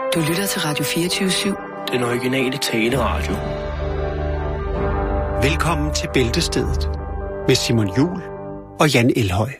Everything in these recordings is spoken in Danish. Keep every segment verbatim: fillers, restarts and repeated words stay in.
Du lytter til Radio fireogtyve syv. Den originale taleradio. Velkommen til Bæltestedet med Simon Juhl og Jan Elhøj.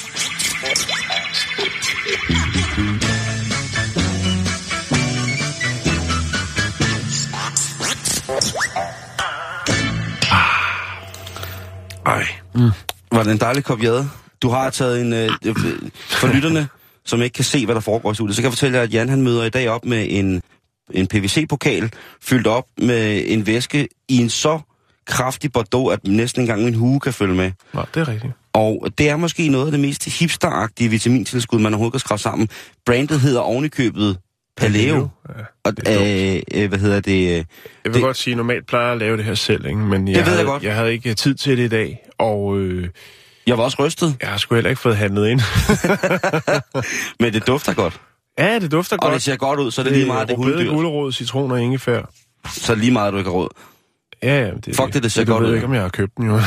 Ej, mm. Var det en dejlig kop jade? Du har taget en... Øh, for lytterne, som ikke kan se, hvad der foregår i studiet, så kan jeg fortælle jer, at Jan han møder i dag op med en, en P V C-pokal, fyldt op med en væske i en så kraftig bordeaux, at næsten engang min hue kan følge med. Nå, det er rigtigt. Og det er måske noget af det mest hipsteragtige vitamintilskud, man overhovedet kan skrave sammen. Brandet hedder ovenikøbet Paleo. Ja, og øh, øh, hvad hedder det? Øh, jeg vil det, godt sige, normalt plejer jeg at lave det her selv, ikke? Men jeg, det ved havde, jeg godt. jeg havde ikke tid til det i dag, og... Øh, jeg var også rystet. Jeg har sgu heller ikke fået handlet ind. Men det dufter godt. Ja, det dufter og godt. Og det ser godt ud, så det er lige meget det hundedyr. Rødbede gulerod, citron og ingefær. Så er lige meget, du ikke har råd. Ja, ja. Det, Fuck det, det ser det, godt ud. Jeg ved ikke, om jeg har købt den, jo.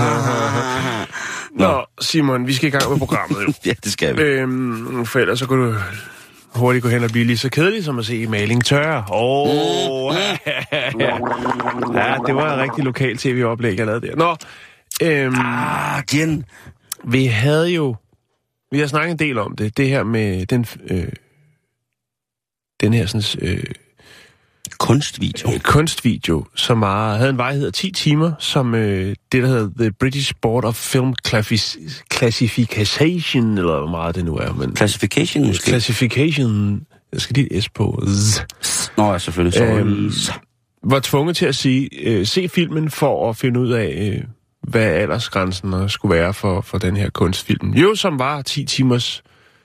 Nå, Simon, vi skal i gang med programmet, jo. Ja, det skal vi. Øhm, for ellers så kan du hurtigt gå hen og blive lige så kedelig, som at se maling tørre. Åh, oh, ja, det var et rigtig lokalt tv-oplæg, jeg lavede der. Nå, øhm, ah, Jen. Vi havde jo, vi har snakket en del om det, det her med den, øh, den her sådan, øh, kunstvideo. Øh, kunstvideo, som var, havde en vej, hedder ti timer, som øh, det, der hedder The British Board of Film Classific- Classification, eller hvor meget det nu er. Men, Classification måske? Classification, jeg skal lige S på. Z. Nå, ja, selvfølgelig. Så øhm, var tvunget til at sige, øh, se filmen for at finde ud af, øh, hvad aldersgrænsen skulle være for, for den her kunstfilm. Jo, som var ti timers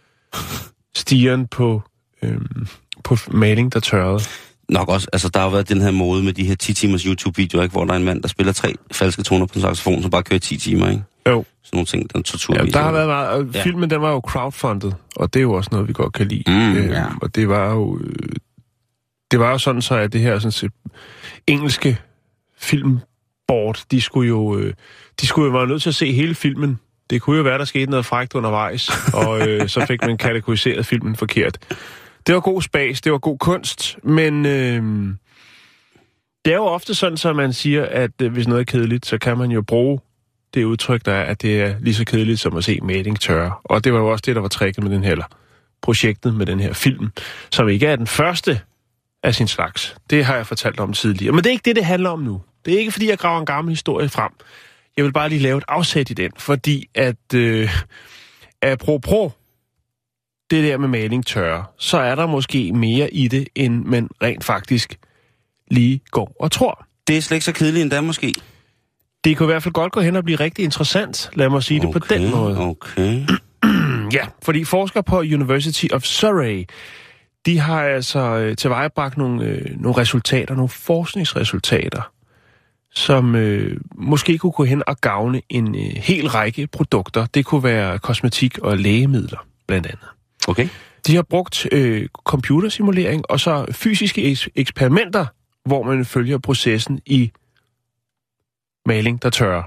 stigen på, øh, på maling, der tørrede. Nok også, altså der har været den her mode med de her ti timers YouTube-videoer, ikke, hvor der er en mand, der spiller tre falske toner på en saxofon, som bare kører ti timer, ikke? Jo. Sådan nogle ting, den torturvideo. Ja, der har været meget, ja. Filmen, den var jo crowdfunded, og det er jo også noget, vi godt kan lide. Mm, øh, ja. Og det var jo, øh, det var jo sådan så, at det her sådan, engelske filmboard, de skulle jo, øh, de skulle jo være nødt til at se hele filmen. Det kunne jo være, der skete noget frækt undervejs, og øh, så fik man kategoriseret filmen forkert. Det var god spas, det var god kunst, men øh, det er jo ofte sådan, så man siger, at øh, hvis noget er kedeligt, så kan man jo bruge det udtryk, der er, at det er lige så kedeligt som at se maling tørre. Og det var jo også det, der var tricket med den her, eller projektet med den her film, som ikke er den første af sin slags. Det har jeg fortalt om tidligere. Men det er ikke det, det handler om nu. Det er ikke, fordi jeg graver en gammel historie frem. Jeg vil bare lige lave et afsæt i den, fordi at øh, apropos det der med maling tørre, så er der måske mere i det, end man rent faktisk lige går og tror. Det er slet ikke så kedeligt endda måske. Det kunne i hvert fald godt gå hen og blive rigtig interessant, lad mig sige okay, det på den måde. Okay. Ja, fordi forskere på University of Surrey, de har altså øh, tilvejebragt nogle, øh, nogle resultater, nogle forskningsresultater, som øh, måske kunne gå hen og gavne en øh, hel række produkter. Det kunne være kosmetik og lægemidler, blandt andet. Okay. De har brugt øh, computersimulering og så fysiske eks- eksperimenter, hvor man følger processen i maling, der tørrer.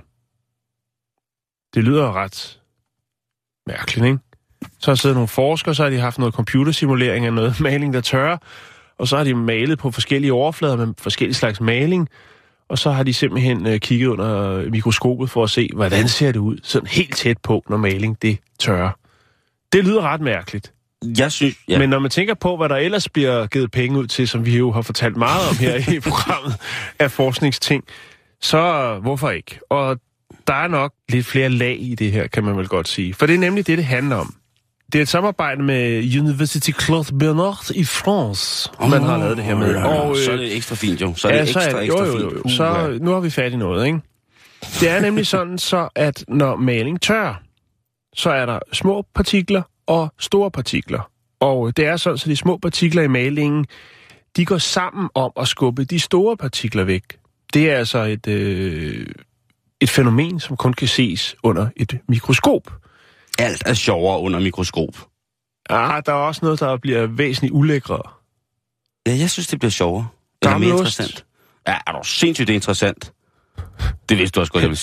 Det lyder ret mærkeligt, ikke? Så har siddet nogle forskere, så har de haft noget computersimulering af noget maling, der tørrer, og så har de malet på forskellige overflader med forskellige slags maling, og så har de simpelthen øh, kigget under mikroskopet for at se, hvordan ser det ud, sådan helt tæt på, når maling det tørrer. Det lyder ret mærkeligt. Jeg synes, ja. Men når man tænker på, hvad der ellers bliver givet penge ud til, som vi jo har fortalt meget om her i programmet af forskningsting, så hvorfor ikke? Og der er nok lidt flere lag i det her, kan man vel godt sige. For det er nemlig det, det handler om. Det er et samarbejde med University Claude Bernard i France, oh, man har lavet det her med. Og, øh, så er det ekstra fint, jo. Så er ja, det ekstra, så er det, ekstra jo, jo, jo. fint. Uh, så ja. Nu har vi fat i noget, ikke? Det er nemlig sådan så, at når maling tørrer, så er der små partikler og store partikler. Og det er sådan, så de små partikler i malingen, de går sammen om at skubbe de store partikler væk. Det er altså et, øh, et fænomen, som kun kan ses under et mikroskop. Alt er sjovere under mikroskop. Ah, der er også noget, der bliver væsentligt ulækrere. Ja, jeg synes, det bliver sjovere. Det er mere interessant. Ja, er du sindssygt interessant? Det vidste du også godt, jeg vil sige.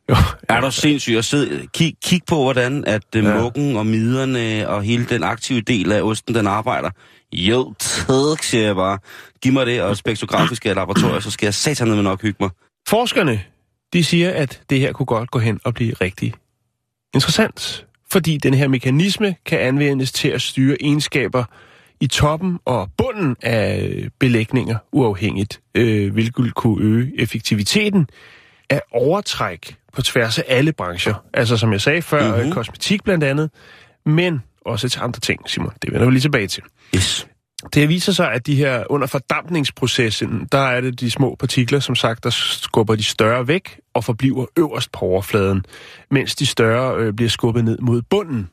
Jo, er du sindssygt at sidde, kig, kig på, hvordan at uh, ja. muggen og miderne og hele den aktive del af osten, den arbejder. Jo, tak, siger jeg bare. Giv mig det, og spektrografiske laboratorier, så skal jeg satanede nok hygge mig. Forskerne, de siger, at det her kunne godt gå hen og blive rigtig interessant, fordi den her mekanisme kan anvendes til at styre egenskaber i toppen og bunden af belægninger uafhængigt, øh, hvilket kunne øge effektiviteten af overtræk på tværs af alle brancher. Altså som jeg sagde før, mm-hmm. kosmetik blandt andet, men også til andre ting, Simon. Det vender vi lige tilbage til. Yes. Det viser sig, at de her under fordampningsprocessen, der er det de små partikler, som sagt, der skubber de større væk og forbliver øverst på overfladen, mens de større øh, bliver skubbet ned mod bunden.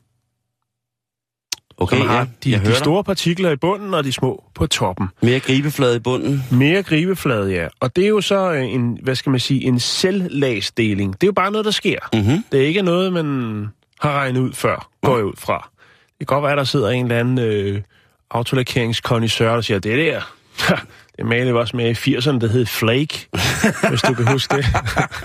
Okay, så man har ja, de, de store partikler i bunden og de små på toppen. Mere gribeflade i bunden. Mere gribeflade, ja. Og det er jo så en, hvad skal man sige, en selvlagsdeling. Det er jo bare noget, der sker. Mm-hmm. Det er ikke noget, man har regnet ud før, går jeg ud fra. Det kan godt være, at der sidder en eller anden øh, autolakeringskondisør, der siger, det der, det malede vi også med i firserne, der hed Flake, hvis du kan huske det.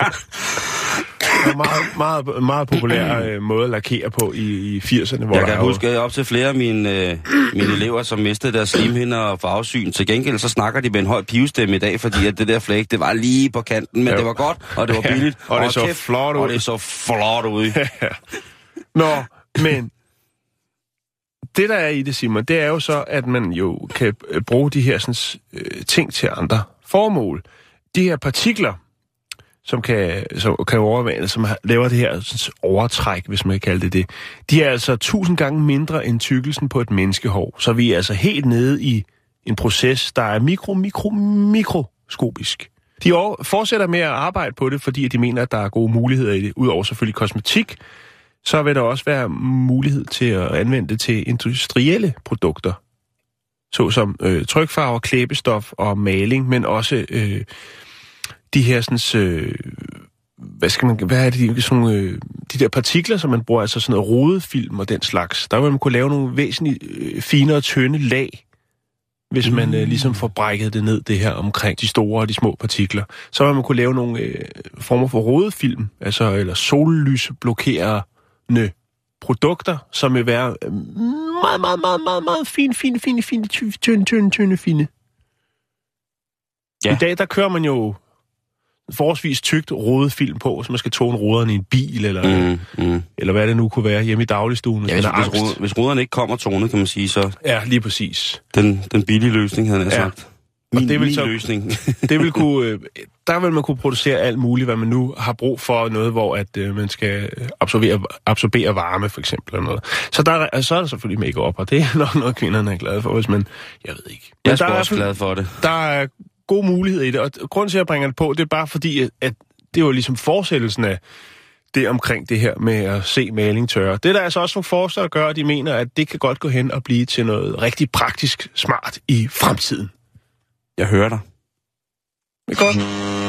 Det var meget, meget, meget populær øh, måde at lakere på i, i firserne. Hvor jeg kan der huske, at jeg op til flere af mine, øh, mine elever, som mistede deres slimhinder og farvesyn. Til gengæld så snakker de med en høj pivestemme i dag, fordi at det der flake, det var lige på kanten, men jo. Det var godt, og det var billigt. Ja, og det så kæft, flot ud. Og det så flot ud. Nå, men det der er i det, Simon, det er jo så, at man jo kan bruge de her sådan, øh, ting til andre formål. De her partikler, som kan, som kan overvande, som laver det her sådan, overtræk, hvis man kan kalde det det, de er altså tusind gange mindre end tykkelsen på et menneskehår. Så vi er altså helt nede i en proces, der er mikro, mikro, mikroskopisk. De fortsætter med at arbejde på det, fordi de mener, at der er gode muligheder i det. Udover selvfølgelig kosmetik, så vil der også være mulighed til at anvende det til industrielle produkter, såsom øh, trykfarver, klæbestof og maling, men også øh, de her sådan, øh, hvad skal man, hvad er det, de, sådan, øh, de der partikler, som man bruger, altså sådan noget rodefilm og den slags. Der vil man kunne lave nogle væsentligt øh, finere og tynde lag, hvis man øh, ligesom får brækket det ned, det her omkring de store og de små partikler. Så vil man kunne lave nogle øh, former for rodefilm, altså eller sollysblokerende produkter, som vil være meget, meget, meget, meget, meget fine, fine, fine, fine, tynde, tynde, tynde, fine. Ja. I dag, der kører man jo forholdsvis tykt rodefilm på, så man skal tone roderne i en bil, eller, mm, mm. eller hvad det nu kunne være hjemme i dagligstuen. Ja, hvis, hvis, rod, hvis roderne ikke kommer tonet, kan man sige, så... Ja, lige præcis. Den, den billige løsning, havde jeg ja. sagt. Min, det vil min så, løsning. det vil kunne, der vil man kunne producere alt muligt, hvad man nu har brug for, noget, hvor at, øh, man skal absorbere, absorbere varme, for eksempel. Eller noget. Så, der, så er der selvfølgelig make-up, og det er nok noget, kvinderne er glade for, hvis man... Jeg ved ikke. Men jeg er der også er, glad for det. Der er god mulighed i det, og grunden til, at jeg bringer det på, det er bare fordi, at, at det var ligesom fortsættelsen af det omkring det her med at se maling tørre. Det er der altså også nogle forskere, der gør, at de mener, at det kan godt gå hen og blive til noget rigtig praktisk smart i fremtiden. Jeg hører dig. Det er godt.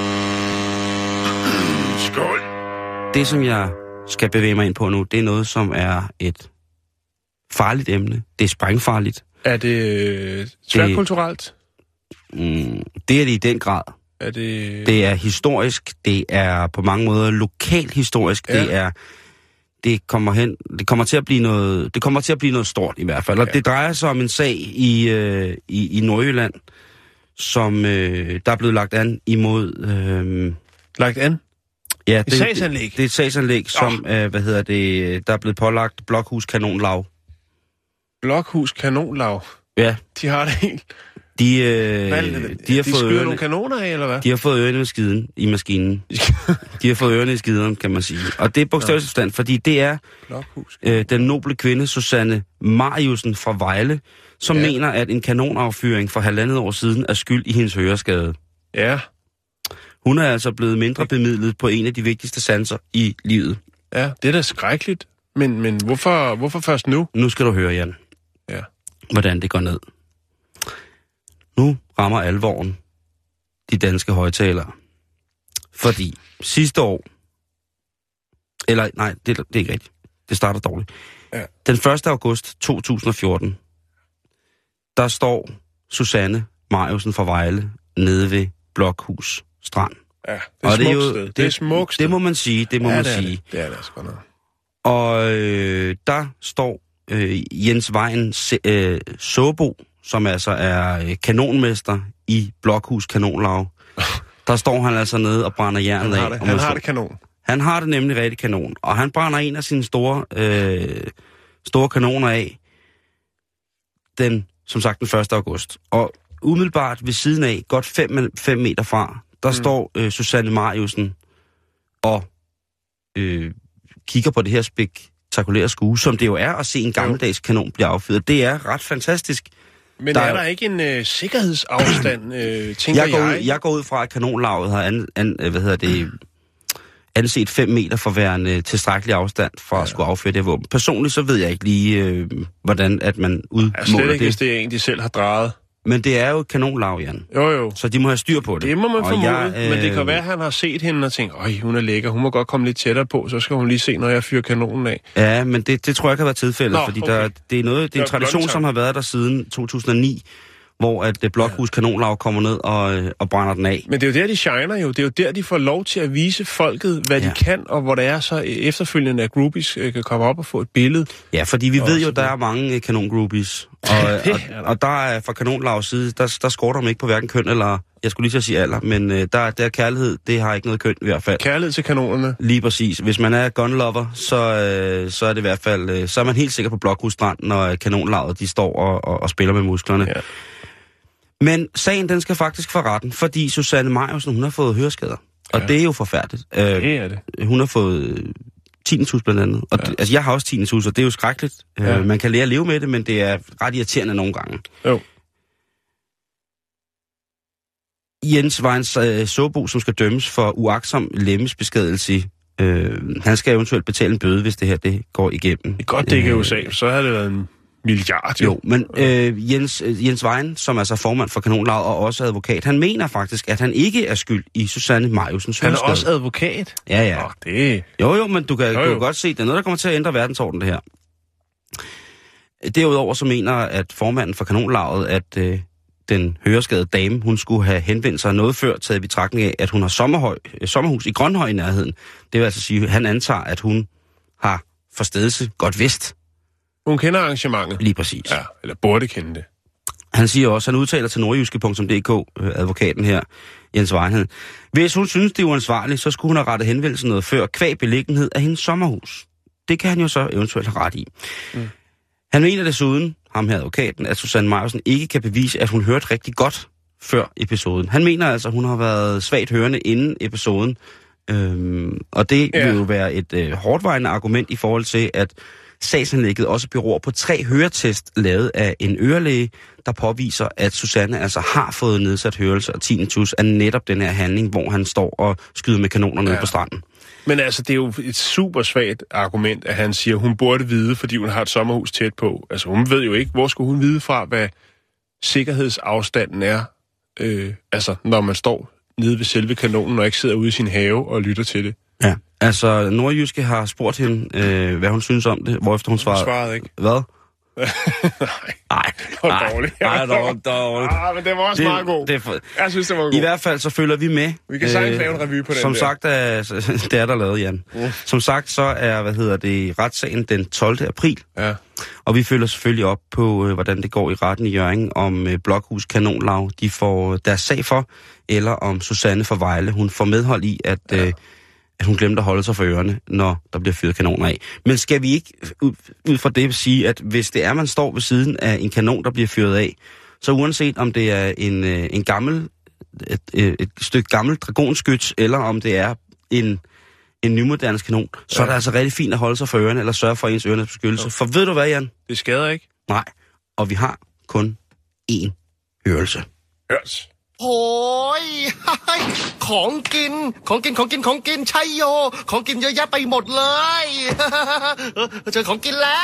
Skål. Det, som jeg skal bevæge mig ind på nu, det er noget, som er et farligt emne. Det er sprængfarligt. Er det tværkulturelt? Mm, det er det i den grad. Er det... Det er historisk. Det er på mange måder lokalhistorisk. Ja. Det er... Det kommer hen, det kommer til at blive noget, det kommer til at blive noget stort i hvert fald. Og ja. Det drejer sig om en sag i øh, i, i Nordjylland, som øh, der er blevet lagt an imod... Øh, lagt an? Ja, det, et sagsanlæg? Det, det er et sagsanlæg, oh. som, øh, hvad hedder det, der er blevet pålagt Blokhus Kanonlav. Blokhus Kanonlav? Ja. De har det helt... De, øh, hvad, de, de har de fået ørerne, nogle kanoner af, eller hvad? De har fået ørerne i skiden i maskinen. De har fået ørerne i skiden, kan man sige. Og det er bogstaveligt forstand, fordi det er øh, den noble kvinde, Susanne Mariusen fra Vejle, som ja. mener, at en kanonaffyring for halvandet år siden er skyld i hendes høreskade. Ja. Hun er altså blevet mindre bemidlet på en af de vigtigste sanser i livet. Ja, det er da skrækkeligt. Men, men hvorfor, hvorfor først nu? Nu skal du høre, Jan. Ja. Hvordan det går ned. Nu rammer alvoren de danske højtalere. Fordi sidste år... Eller nej, det, det er ikke rigtigt. Det starter dårligt. Ja. Den første august to tusind og fjorten, der står Susanne Mariusen fra Vejle nede ved Blokhus Strand Ja, det er og smukt det er jo, sted. Det, det er smukt Det må man sige, det må ja, man det sige. Det. det er det altså godt nok. Og øh, der står øh, Jens Vejen øh, Såbo, som altså er øh, kanonmester i Blokhus Kanonlaug. Der står han altså nede og brænder jernet af. af. Det. Han har det kanon. Han har det nemlig rigtig kanon. Og han brænder en af sine store, øh, store kanoner af den, som sagt, den første august. Og umiddelbart ved siden af, godt fem meter fra, der mm. står øh, Susanne Mariussen og øh, kigger på det her spektakulære skue, som det jo er at se en gammeldags kanon blive affyret. Det er ret fantastisk. Men der er der ikke en øh, sikkerhedsafstand, øh, tænker jeg? Går jeg? Ud, jeg går ud fra, at kanonlaget har an, an, hvad hedder det, anset fem meter for værende tilstrækkelig afstand for ja. At skulle afføre det her våben. Personligt så ved jeg ikke lige, øh, hvordan at man udmåler det. Slet ikke, hvis det er en, de selv har drejet. Men det er jo et kanonlag, Jan. Jo, jo. Så de må have styr på det. Det må man formode, jeg, øh... men det kan være, at han har set hende og tænkt, øj, hun er lækker, hun må godt komme lidt tættere på, så skal hun lige se, når jeg fyrer kanonen af. Ja, men det, det tror jeg ikke har været tilfældet, Nå, fordi okay. der, det er noget, det er en tradition, som har været der siden to tusind og ni, hvor at uh, Blokhus Kanonlaug kommer ned og, uh, og brænder den af. Men det er jo der, de shiner jo. Det er jo der, de får lov til at vise folket, hvad ja. de kan, og hvor det er så efterfølgende, at groupies uh, kan komme op og få et billede. Ja, fordi vi og ved jo, der er mange uh, kanongroupies, og, og, og der er fra Kanonlaug's side, der, der skorter man ikke på hverken køn eller, jeg skulle lige til at sige alder, men uh, der, der er kærlighed, det har ikke noget køn i hvert fald. Kærlighed til kanonerne. Lige præcis. Hvis man er gunlover, så, uh, så er det i hvert fald, uh, så er man helt sikker på Blokhus Strand, når Kanonlauget, de står og, og, og spiller med musklerne. Ja. Men sagen, den skal faktisk for retten, fordi Susanne Mariussen, hun har fået høreskader. Og ja. Det er jo forfærdeligt. Det er det. Hun har fået tinnitus blandt andet. Og ja. det, altså, jeg har også tinnitus, og det er jo skrækkeligt. Ja. Man kan lære at leve med det, men det er ret irriterende nogle gange. Jo. Jens Vejens øh, Såbo, som skal dømmes for uagtsom lemmesbeskadigelse, øh, han skal eventuelt betale en bøde, hvis det her det går igennem. Det er godt, det ikke er U S A, så har det været en milliard. Jo, jo men øh, Jens, øh, Jens Vejen, som er så formand for Kanonlaget og også advokat, han mener faktisk, at han ikke er skyld i Susanne Mariussens Han er høreskade. også advokat? Ja, ja. Oh, det... Jo, jo, men du kan, jo, jo. du kan godt se, det er noget, der kommer til at ændre verdensordenen, det her. Derudover så mener, at formanden for Kanonlaget, at øh, den høreskadede dame, hun skulle have henvendt sig noget før, taget i betragtning af, at hun har sommerhøj, øh, sommerhus i Grønhøj i nærheden. Det vil altså sige, at han antager, at hun har forstedelse godt vidst. Hun kender arrangementet. Lige præcis. Ja, eller burde kende det. Han siger også, han udtaler til nordjyske punktum d k, advokaten her, Jens Vejnhed. Hvis hun synes, det er uansvarligt, så skulle hun have rettet henvendelsen noget før, kvæg beliggenhed af hendes sommerhus. Det kan han jo så eventuelt have ret i. Mm. Han mener desuden, ham her advokaten, at Susanne Mariussen ikke kan bevise, at hun hørte rigtig godt før episoden. Han mener altså, at hun har været svagt hørende inden episoden. Øhm, og det ja. vil jo være et øh, hårdvejende argument i forhold til, at sagsanlægget også beror på tre høretest lavet af en ørelæge, der påviser, at Susanne altså har fået nedsat hørelse og tinnitus af netop den her handling, hvor han står og skyder med kanoner nede ja. på stranden. Men altså, det er jo et super svagt argument, at han siger, at hun burde vide, fordi hun har et sommerhus tæt på. Altså, hun ved jo ikke, hvor skulle hun vide fra, hvad sikkerhedsafstanden er, øh, altså, når man står nede ved selve kanonen og ikke sidder ude i sin have og lytter til det. Ja, altså Nordjyske har spurgt hende, øh, hvad hun synes om det, hvorefter hun svarede... Hun svarede ikke. Hvad? nej. Nej. Det var dårligt. Nej, det var dårligt. Ah, men det var også det, meget god. Det for... Jeg synes, det var god. I hvert fald så følger vi med. Vi kan sagtens lave en revue på den Som der. sagt, er, det er der lavet, Jan. Mm. Som sagt, så er, hvad hedder det, retssagen den tolvte april. Ja. Og vi følger selvfølgelig op på, øh, hvordan det går i retten i Hjørring, om øh, Blokhus Kanonlaug, de får deres sag for, eller om Susanne fra Vejle, hun får medhold i, at... Ja. Øh, at hun glemte at holde sig for ørerne, når der bliver fyret kanoner af. Men skal vi ikke ud, ud fra det sige, at hvis det er, man står ved siden af en kanon, der bliver fyret af, så uanset om det er en, en gammel, et, et stykke gammelt dragonskyts, eller om det er en, en nymoderne kanon, så ja. er det altså rigtig fint at holde sig for ørerne, eller sørge for ens ørenes beskyttelse. Jo. For ved du hvad, Jan? Det skader ikke. Nej, og vi har kun én hørelse. Hørs. โอ้ยของกินของกินของกินของกินใช่โยของกินเยอะแยะไปหมดเลยเจอของกินแล้ว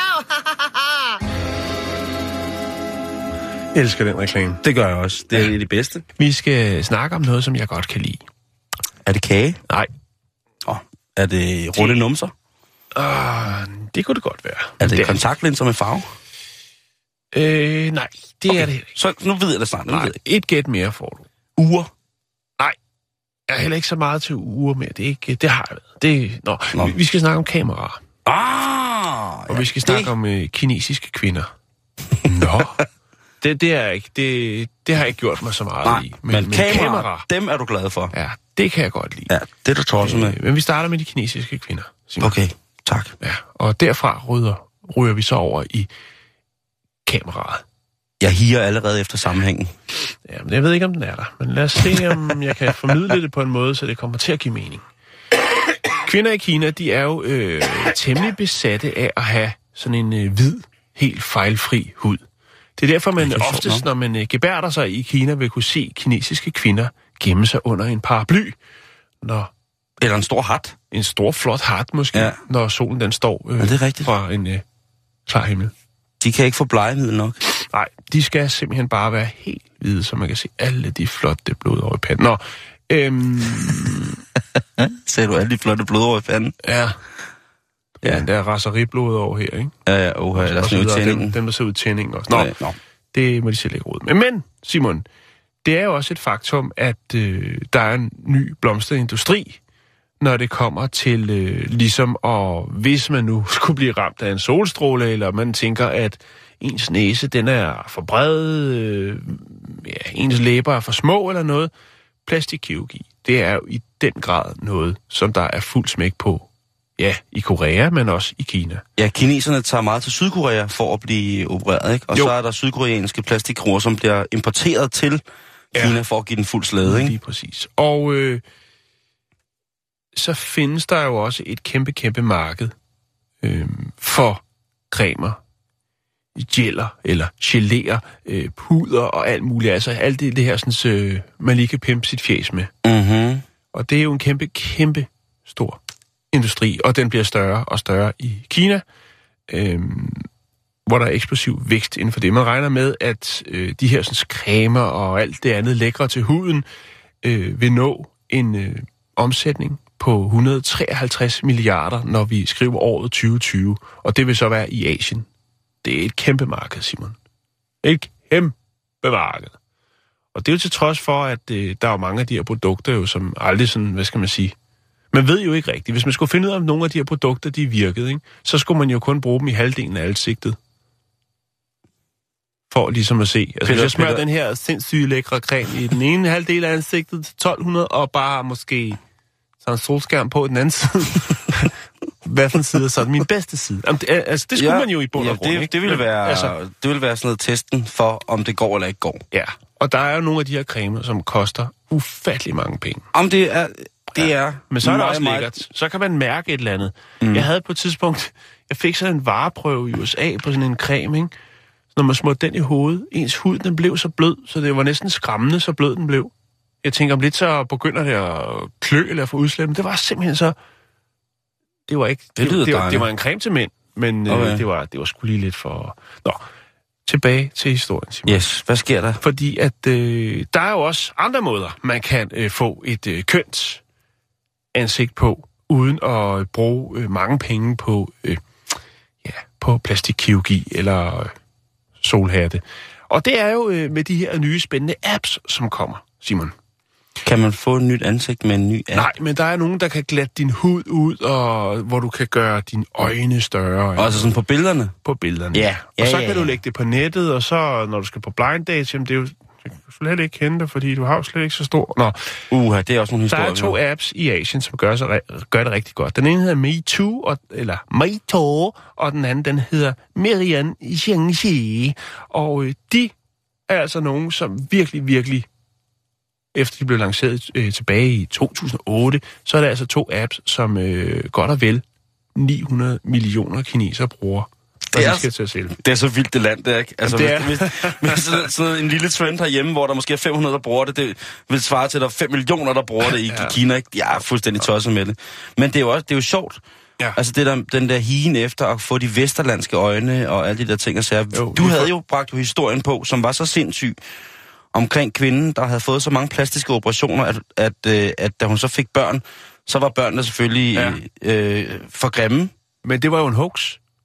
Jeg elsker den reklame. Det gør jeg også. Det er ja. det bedste. Vi skal snakke om noget, som jeg godt kan lide. Er det kage? Nej. Oh, er det runde numser? Uh, det kunne det godt være. Er det, det kontaktlinser med farve? Øh, nej, det okay. er det ikke. Så nu ved jeg det snart. Nej, et gæt mere får du. Uger? Nej. Jeg er heller ikke så meget til uger mere. Det, er ikke, det har jeg været. Det, nå, nå. Vi, vi skal snakke om kameraer. Ah! Og ja, vi skal snakke det... om øh, kinesiske kvinder. Nå. Det, det, er ikke, det, det har jeg ikke gjort mig så meget Nej, i. Men, men kameraer, kamera, dem er du glad for? Ja, det kan jeg godt lide. Ja, det er du tosset med. Øh, men vi starter med de kinesiske kvinder. Simon. Okay, tak. Ja, og derfra ryger, ryger vi så over i kameraet. Jeg higer allerede efter sammenhængen. Ja, men jeg ved ikke, om den er der. Men lad os se, om jeg kan formidle det på en måde, så det kommer til at give mening. Kvinder i Kina, de er jo øh, temmelig besatte af at have sådan en øh, hvid, helt fejlfri hud. Det er derfor, man ja, oftest, når man øh, gebærder sig i Kina, vil kunne se kinesiske kvinder gemme sig under en paraply. Når Eller en stor hat. En stor, flot hat måske, ja. Når solen den står øh, det er rigtigt. Fra en øh, klar himmel. De kan ikke få blegemiddel nok. Nej, de skal simpelthen bare være helt hvide, så man kan se alle de flotte blodår i panden. Nå, øhm... Ser du alle de flotte blodår i panden? Ja. Ja, der er raseriblod over her, ikke? Ja, ja, oha, der er sådan ud tændingen. Dem, dem, der ser ud tændingen også. Nå, ja, nå, det må de selv ikke råde med. Men, Simon, det er jo også et faktum, at øh, der er en ny blomsterindustri, når det kommer til øh, ligesom, og hvis man nu skulle blive ramt af en solstråle, eller man tænker, at ens næse, den er for bred, øh, ja, ens læber er for små eller noget, plastikkirurgi, det er jo i den grad noget, som der er fuld smæk på. Ja, i Korea, men også i Kina. Ja, kineserne tager meget til Sydkorea for at blive opereret, ikke? Og jo. Så er der sydkoreanske plastikkirurger, som bliver importeret til Kina ja. For at give den fuld slæde, ikke? Lige præcis. Og øh, så findes der jo også et kæmpe, kæmpe marked øh, for cremer, gælder eller geléer, øh, puder og alt muligt. Altså alt det, det her, sådan, øh, man lige kan pimpe sit fjes med. Mhm. Og det er jo en kæmpe, kæmpe stor industri, og den bliver større og større i Kina, øh, hvor der er eksplosiv vækst inden for det. Man regner med, at øh, de her sådan, cremer og alt det andet lækre til huden øh, vil nå en øh, omsætning på et hundrede og treoghalvtreds milliarder, når vi skriver året tyve tyve, og det vil så være i Asien. Det er et kæmpe marked, Simon. Et kæmpe marked. Og det er jo til trods for, at øh, der er mange af de her produkter, jo, som aldrig sådan, hvad skal man sige, man ved jo ikke rigtigt. Hvis man skulle finde ud af, om nogle af de her produkter, de virkede, ikke, så skulle man jo kun bruge dem i halvdelen af ansigtet. For ligesom at se. Altså, Peter, hvis jeg smører Peter. den her sindssyge lækre creme i den ene halvdel af ansigtet til tolv hundrede, og bare måske så en solskærm på den anden side. Hvad for en side er så min bedste side? Altså, det, altså, det skulle ja, man jo i bund og ja, grund, det, ikke? det ville være, altså, det ville være sådan noget testen for, om det går eller ikke går. Ja, og der er jo nogle af de her cremer, som koster ufattelig mange penge. Om det er... Det er Men så er det meget, også meget... lækkert. Så kan man mærke et eller andet. Mm. Jeg havde på et tidspunkt... Jeg fik sådan en vareprøve i U S A på sådan en creme, ikke? Så når man smurte den i hovedet, ens hud, den blev så blød, så det var næsten skræmmende, så blød den blev. Jeg tænker, om lidt så begynder det at klø eller få udslæt, men det var simpelthen så... Det var ikke... Det, det, det, var, det var en creme til mænd, men okay. øh, det, var, det var sgu lige lidt for... Nå, tilbage til historien, Simon. Yes, hvad sker der? Fordi at øh, der er jo også andre måder, man kan øh, få et øh, kønt ansigt på, uden at bruge øh, mange penge på, øh, ja, på plastikkirurgi eller øh, solhatte. Og det er jo øh, med de her nye spændende apps, som kommer, Simon. Kan man få et nyt ansigt med en ny app? Nej, men der er nogen, der kan glatte din hud ud, og hvor du kan gøre dine øjne større. Og altså sådan på billederne? På billederne. Ja. ja og så ja, kan ja. du lægge det på nettet, og så når du skal på blind date, jamen det er jo... Du kan slet ikke kende det, fordi du har jo slet ikke så stor... Nå. Uha, det er også nogle historier. Der er to apps i Asien, som gør, sig, gør det rigtig godt. Den ene hedder MeToo, og, eller Meito, og den anden, den hedder Merian Xiangxi. Og øh, de er altså nogen, som virkelig, virkelig, efter de blev lanceret øh, tilbage i to tusind og otte, så er der altså to apps, som øh, godt og vel ni hundrede millioner kinesere bruger. Det er, skal til at det er så vildt det land, det er ikke? Altså, det er. Hvis, hvis sådan, sådan en lille trend herhjemme, hvor der måske er fem hundrede, der bruger det, det vil svare til, at der er fem millioner, der bruger det i ja. Kina. Ikke? Jeg er fuldstændig tosset med det. Men det er jo også det er jo sjovt. Ja. Altså det der, den der higen efter at få de vesterlandske øjne og alle de der ting. Så jo, du havde for... jo bragt jo historien på, som var så sindssyg, omkring kvinden, der havde fået så mange plastiske operationer, at, at, at, at da hun så fik børn, så var børnene selvfølgelig ja. øh, for grimme. Men det var jo en hoax.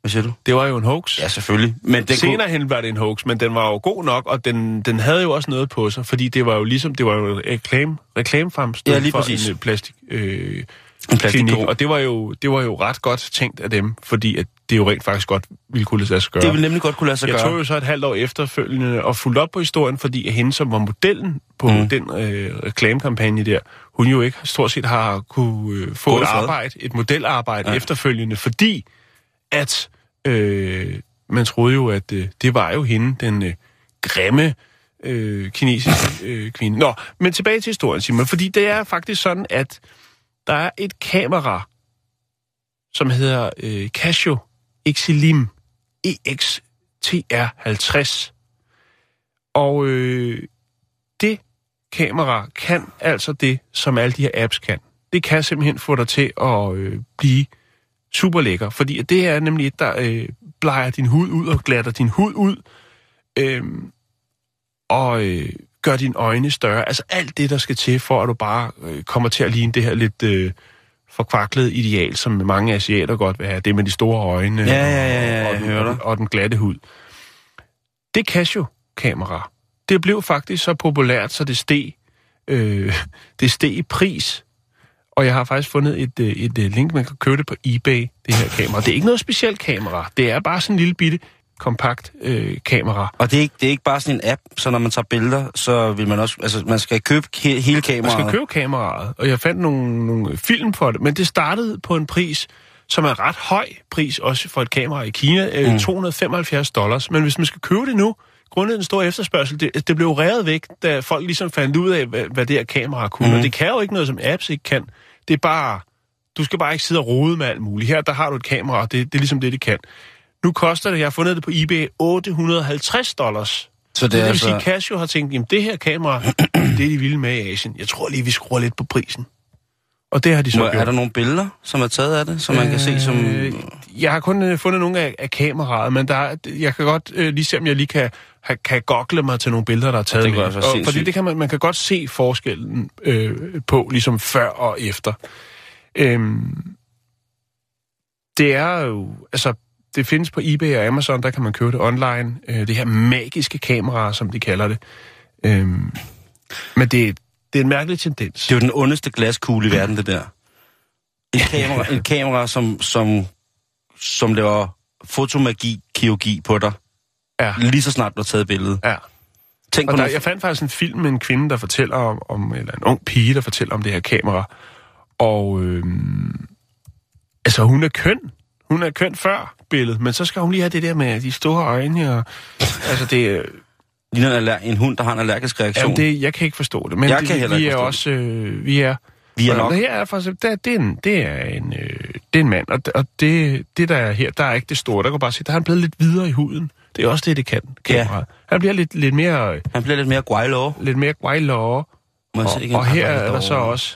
Hvad siger du? Det var jo en hoax. Ja, selvfølgelig. Men den Senere kunne... hen var det en hoax, men den var jo god nok, og den, den havde jo også noget på sig, fordi det var jo ligesom, det var jo reklame, reklamefremstød ja, lige for præcis. en plastik, øh, en klinik, og det var, jo, det var jo ret godt tænkt af dem, fordi at det jo rent faktisk godt ville kunne lade sig gøre. Det ville nemlig godt kunne lade sig Jeg gøre. Jeg tog jo så et halvt år efterfølgende og fulgte op på historien, fordi at hende, som var modellen på mm. den øh, reklamekampagne der, hun jo ikke stort set har kunne øh, få et arbejde, et modelarbejde ja. efterfølgende, fordi at øh, man troede jo, at øh, det var jo hende, den øh, grimme øh, kinesiske øh, kvinde. Nå, men tilbage til historien, Simon, fordi det er faktisk sådan, at der er et kamera, som hedder øh, Casio Exilim E X T R halvtreds. Og øh, det kamera kan altså det, som alle de her apps kan. Det kan simpelthen få dig til at øh, blive super lækker, fordi det er nemlig et, der øh, bleger din hud ud og glatter din hud ud, øh, og øh, gør dine øjne større. Altså alt det, der skal til, for at du bare øh, kommer til at ligne det her lidt øh, forkvaklede ideal, som mange asiater godt vil have. Det med de store øjne ja, ja, ja, ja, og, og, den, og, den, og den glatte hud. Det Casio-kamera, det blev faktisk så populært, så det steg, øh, det steg i pris. Og jeg har faktisk fundet et, et, et link, man kan købe det på eBay, det her kamera. Det er ikke noget specielt kamera. Det er bare sådan en lille bitte kompakt øh, kamera. Og det er, ikke, det er ikke bare sådan en app, så når man tager billeder, så vil man også... Altså, man skal købe he, hele kameraet. Man skal købe kameraet, og jeg fandt nogle, nogle film for det, men det startede på en pris, som er ret høj pris, også for et kamera i Kina, øh, mm. to hundrede og femoghalvfjerds dollars. Men hvis man skal købe det nu, grundet den store efterspørgsel, det, det blev revet væk, da folk ligesom fandt ud af, hvad, hvad det her kamera kunne. Mm. Og det kan jo ikke noget, som apps ikke kan. Det er bare... Du skal bare ikke sidde og rode med alt muligt. Her, der har du et kamera, det, det er ligesom det, det kan. Nu koster det, jeg har fundet det på eBay, otte hundrede og halvtreds dollars. Så det, det, det vil altså... sige, Casio har tænkt, jamen det her kamera, det er de vilde med i Asien. Jeg tror lige, vi skruer lidt på prisen. Og det har de så Må, gjort. Er der nogle billeder, som er taget af det, som man øh, kan se som... Jeg har kun uh, fundet nogle af, af kameraet, men der er, jeg kan godt uh, lige se, om jeg lige kan, ha, kan goggle mig til nogle billeder, der er taget det med. Altså og, fordi det kan man, man kan godt se forskellen øh, på, ligesom før og efter. Øhm, det er jo... Altså, det findes på eBay og Amazon, der kan man købe det online. Øh, det her magiske kamera, som de kalder det. Øhm, men det, det er en mærkelig tendens. Det er jo den ondeste glaskugle i verden, det der. Et kamera, et kamera som, som, som laver fotomagi, kirurgi på dig. Ja. Lige så snart du har taget billedet. Ja. Tænk og på der, noget... jeg fandt faktisk en film med en kvinde, der fortæller om, om eller en ung pige, der fortæller om det her kamera. Og øhm, altså, hun er køn. Hun er køn før billedet, men så skal hun lige have det der med de store øjne. Og, altså, det ligner en, en hund, der har en allergisk reaktion. Jamen, det, jeg kan ikke forstå det. Men jeg det, kan heller vi ikke er forstå også... Øh, vi er... Vi er nok... Her er faktisk, der, det, er en, det er en, øh, det er en mand, og, og det, det, der er her, der er ikke det store. Der kan bare se, der er han blevet lidt videre i huden. Det er også det, det kan, kameraet. Ja. Han bliver lidt, lidt mere... Han bliver lidt mere guaylo. Lidt mere guaylo. Og, og her er der så også...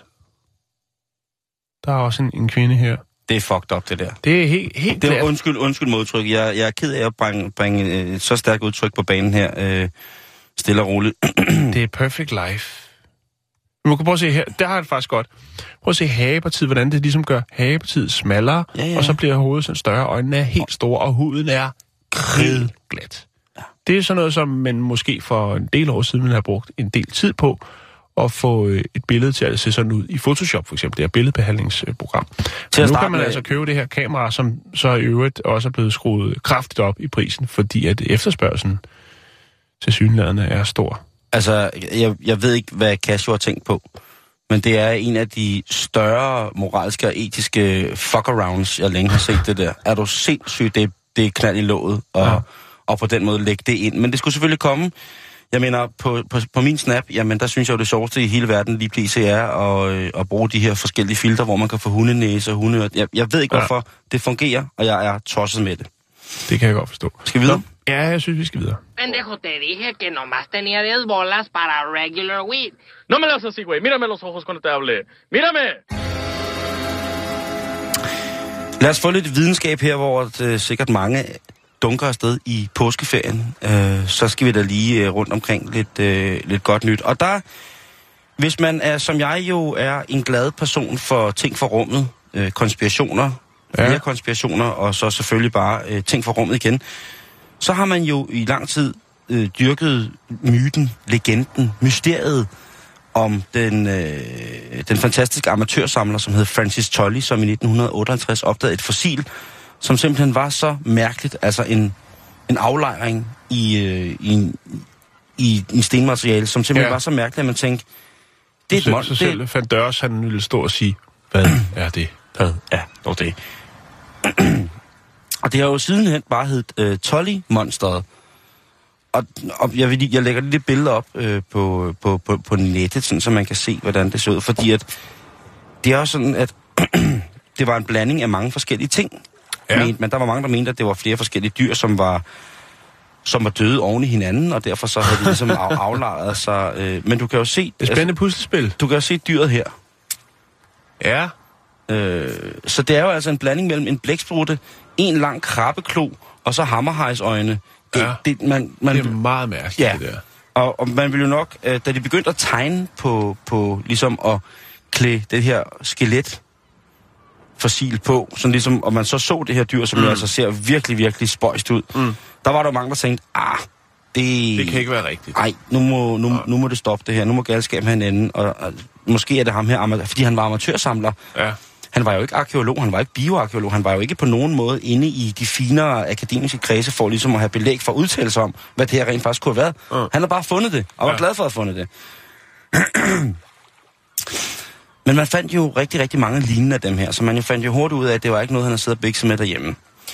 Der er også en, en kvinde her. Det er fucked up, det der. Det er helt, helt det er undskyld, undskyld modtryk. Jeg, jeg er ked af at bringe, bringe et så stærkt udtryk på banen her. Øh, stille og roligt. Det er perfect life. Du kan prøve at se her. Der har det faktisk godt. Prøv at se hagepartiet, hvordan det ligesom gør hagepartiet smallere, ja, ja. Og så bliver hovedet sådan større. Øjnene er helt store, og huden er kridglat. Ja. Det er sådan noget, som man måske for en del år siden har brugt en del tid på, at få et billede til at se sådan ud i Photoshop, for eksempel, det her billedbehandlingsprogram. Til nu kan man med... altså købe det her kamera, som så i øvrigt også er blevet skruet kraftigt op i prisen, fordi at efterspørgselen til synlæderne er stor. Altså, jeg, jeg ved ikke, hvad Casio har tænkt på, men det er en af de større moralske og etiske fuck-arounds, jeg længe har set det der. Er du sindssygt, det, det er knald i låget, og, ja. og på den måde lægge det ind. Men det skulle selvfølgelig komme. Jeg mener, på, på, på min Snap, jamen der synes jeg jo det sjoveste i hele verden lige pludselig er at, at bruge de her forskellige filtre, hvor man kan få hundenæse og hunde. Jeg, jeg ved ikke, ja. hvorfor det fungerer, og jeg er tosset med det. Det kan jeg godt forstå. Skal vi videre? Ja, jeg synes, vi skal videre. Pendejo, te dije que nomás tenía diez bolas para regular weed. No me las así, güey. Mírame los ojos cuando te hable. Mírame! Lad os få lidt videnskab her, hvor det, sikkert mange dunker afsted i påskeferien. Øh, så skal vi da lige rundt omkring lidt, øh, lidt godt nyt. Og der, hvis man er, som jeg jo er, en glad person for ting for rummet, øh, konspirationer, flere Ja. konspirationer, og så selvfølgelig bare øh, ting fra rummet igen. Så har man jo i lang tid øh, dyrket myten, legenden, mysteriet om den, øh, den fantastiske amatørsamler, som hed Francis Tolley, som i nitten otteoghalvtreds opdagede et fossil, som simpelthen var så mærkeligt, altså en, en aflejring i, øh, i, en, i en stenmateriale, som simpelthen Ja. var så mærkeligt, at man tænkte, det er et Så, monster. så selv Van Dørs, han ville stå og sige, hvad er det? Hvad er dog det? Og det har jo sidenhen bare heddet øh, Tolley-monsteret. Og, og jeg, vil, jeg lægger lidt billeder op øh, på, på, på, på nettet, sådan, så man kan se, hvordan det ser ud. Fordi at det er også sådan, at det var en blanding af mange forskellige ting. Ja. Men, men der var mange, der mente, at det var flere forskellige dyr, som var, som var døde oven i hinanden, og derfor så havde de ligesom af, aflejret sig. Øh, men du kan jo se... Det er spændende puslespil. Du kan jo se dyret her. Ja. Øh, så det er jo altså en blanding mellem en blæksprutte, en lang krabbeklo, og så hammerhajsøjne. Det, Ja. det, man, man, Det er meget mærkeligt, ja. det der. Og, og man ville jo nok, øh, da de begyndte at tegne på, på ligesom at klæde det her skelet fossil på, sådan ligesom, og man så så det her dyr, som mm. jo altså ser virkelig, virkelig spøjst ud. Mm. Der var der mange, der tænkte, ah, det... Det kan ikke være rigtigt. Nej, nu må, nu, nu må det stoppe det her. Nu må galskaben have en ende. Og, og måske er det ham her, fordi han var amatørsamler. Ja. Han var jo ikke arkeolog, han var ikke bioarkeolog, han var jo ikke på nogen måde inde i de finere akademiske kredse for ligesom at have belæg for udtalelser om, hvad det her rent faktisk kunne have været. Uh. Han har bare fundet det, og var Ja. glad for at have fundet det. Men man fandt jo rigtig, rigtig mange lignende af dem her, så man jo fandt jo hurtigt ud af, at det var ikke noget, han havde siddet og bikset med derhjemme.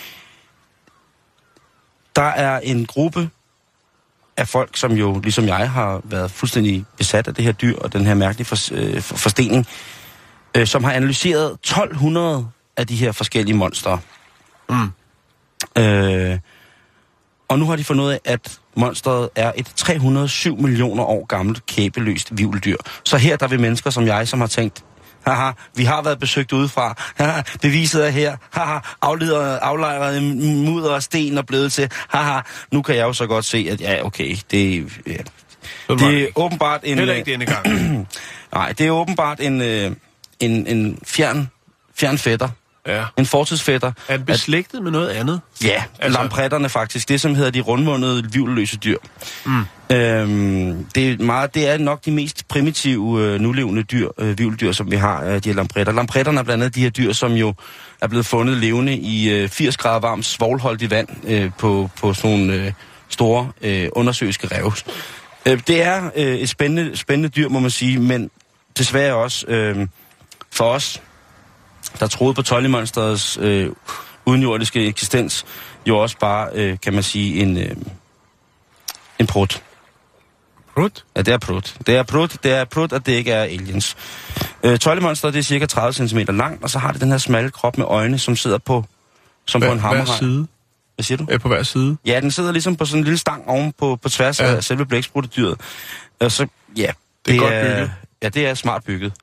Der er en gruppe af folk, som jo, ligesom jeg, har været fuldstændig besat af det her dyr og den her mærkelige for, øh, for, forstening, øh, som har analyseret tolv hundrede af de her forskellige monstre. Mm. Øh, og nu har de fundet ud af, at monstret er et tre hundrede og syv millioner år gammelt kæbeløst hvirveldyr. Så her der er vi mennesker som jeg, som har tænkt, haha, vi har været besøgt udefra, haha, beviset er her, haha, aflejret, aflejret mudder og sten og blevet til, haha, nu kan jeg jo så godt se, at ja, okay, det, ja, det er åbenbart en... Heller ikke denne gang. Nej, det er åbenbart en, en, en fjern, fjern fætter. Ja. En fortidsfætter. Er den beslægtet med noget andet? Ja, Altså- altså... lampretterne faktisk. Det, som hedder de rundmundede, hvirvelløse dyr. Mm. Øhm, det, er meget, det er nok de mest primitive, øh, nulevende dyr, øh, hvirveldyr, som vi har, øh, de her lampretter. Lampretterne er blandt andet de her dyr, som jo er blevet fundet levende i øh, firs grader varmt, svovlholdigt vand øh, på, på sådan nogle øh, store øh, undersøiske rev. Øh, det er øh, et spændende, spændende dyr, må man sige, men desværre også øh, for os, der troede på Tolley-monsterets øh, udenjordiske eksistens, jo også bare, øh, kan man sige, en, øh, en prut. Prut? Ja, det er prut. Det er prut, det er prut, at det ikke er aliens. Øh, Tolley-monsteret, det er cirka tredive centimeter langt, og så har det den her smalle krop med øjne, som sidder på, som Hver, på en hammerhaj. hver side? Hvad siger du? Ja, på hver side. Ja, den sidder ligesom på sådan en lille stang oven på, på tværs ja. af selve blækspruttedyret. Og så, ja. Det, det er godt bygget. Ja, det er smart bygget.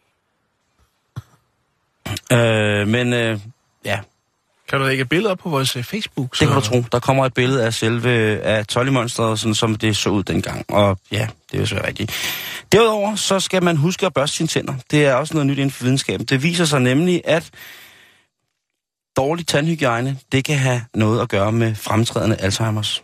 Øh, men øh, ja, Kan du lægge et billede op på vores uh, Facebook? Så... det kan du tro. Der kommer et billede af selve af Tolley-monsteret, sådan som det så ud dengang. Og ja, det er jo så rigtigt. Derudover så skal man huske at børste sine tænder. Det er også noget nyt inden for videnskaben. Det viser sig nemlig, at dårlig tandhygiejne, det kan have noget at gøre med fremtrædende Alzheimers.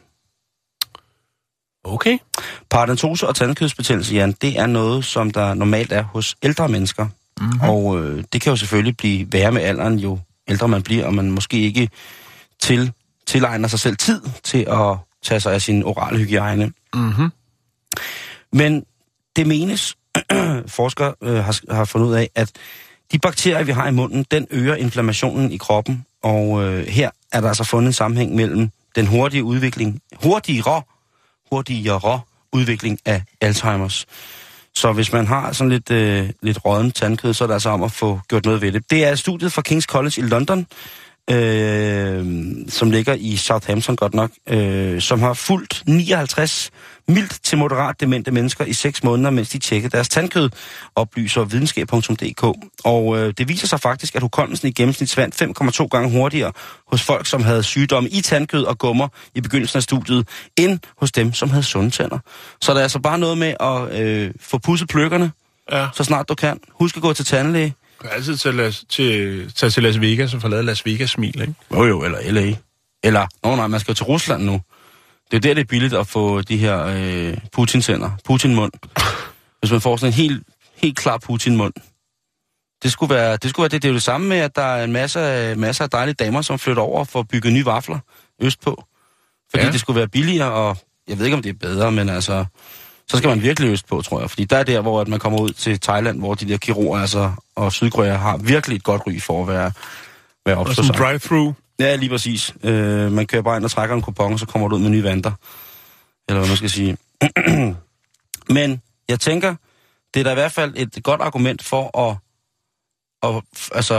Okay. Parodontose og tandkødsbetændelse, Jan, det er noget, som der normalt er hos ældre mennesker. Mm-hmm. Og øh, det kan jo selvfølgelig blive værre med alderen, jo ældre man bliver, og man måske ikke til, tilegner sig selv tid til at tage sig af sin orale hygiejne. Mm-hmm. Men det menes, forskere øh, har, har fundet ud af, at de bakterier, vi har i munden, den øger inflammationen i kroppen. Og øh, her er der altså fundet en sammenhæng mellem den hurtige udvikling, hurtigere, hurtigere udvikling af Alzheimers. Så hvis man har sådan lidt, øh, lidt rådden tandkød, så er det altså om at få gjort noget ved det. Det er studiet fra King's College i London, øh, som ligger i Southampton godt nok, øh, som har fulgt nioghalvtreds mildt til moderat demente mennesker i seks måneder, mens de tjekkede deres tandkød, oplyser videnskab punktum d k. Og øh, det viser sig faktisk, at hukommelsen i gennemsnit svandt fem komma to gange hurtigere hos folk, som havde sygdomme i tandkød og gummer i begyndelsen af studiet, end hos dem, som havde sunde tænder. Så der er altså bare noget med at øh, få pudset pløkkerne, Ja. så snart du kan. Husk at gå til tandlæge. Du kan altid tage, Las, til, tage til Las Vegas og få lavet Las Vegas-smil, ikke? Jo jo, eller L A. Eller, nå nej, man skal jo til Rusland nu. Det er der, det er billigt at få de her øh, Putin-tænder, Putin-mund. Hvis man får sådan en helt, helt klar Putin-mund. Det skulle være det. Skulle være det. Det er jo det samme med, at der er en masse, masse af dejlige damer, som flytter over for at bygge nye vafler østpå. Fordi ja. Det skulle være billigere, og jeg ved ikke, om det er bedre, men altså, så skal man virkelig østpå, tror jeg. Fordi der er der, hvor at man kommer ud til Thailand, hvor de der kirurger altså, og Sydkorea har virkelig et godt ry for at være, være opstået. Og sådan drive-thru. Ja, lige præcis. Øh, man kører bare ind og trækker en kupon, og så kommer du ud med nye vanter. Eller hvad man skal sige. Men jeg tænker, det er da i hvert fald et godt argument for at... Og, altså...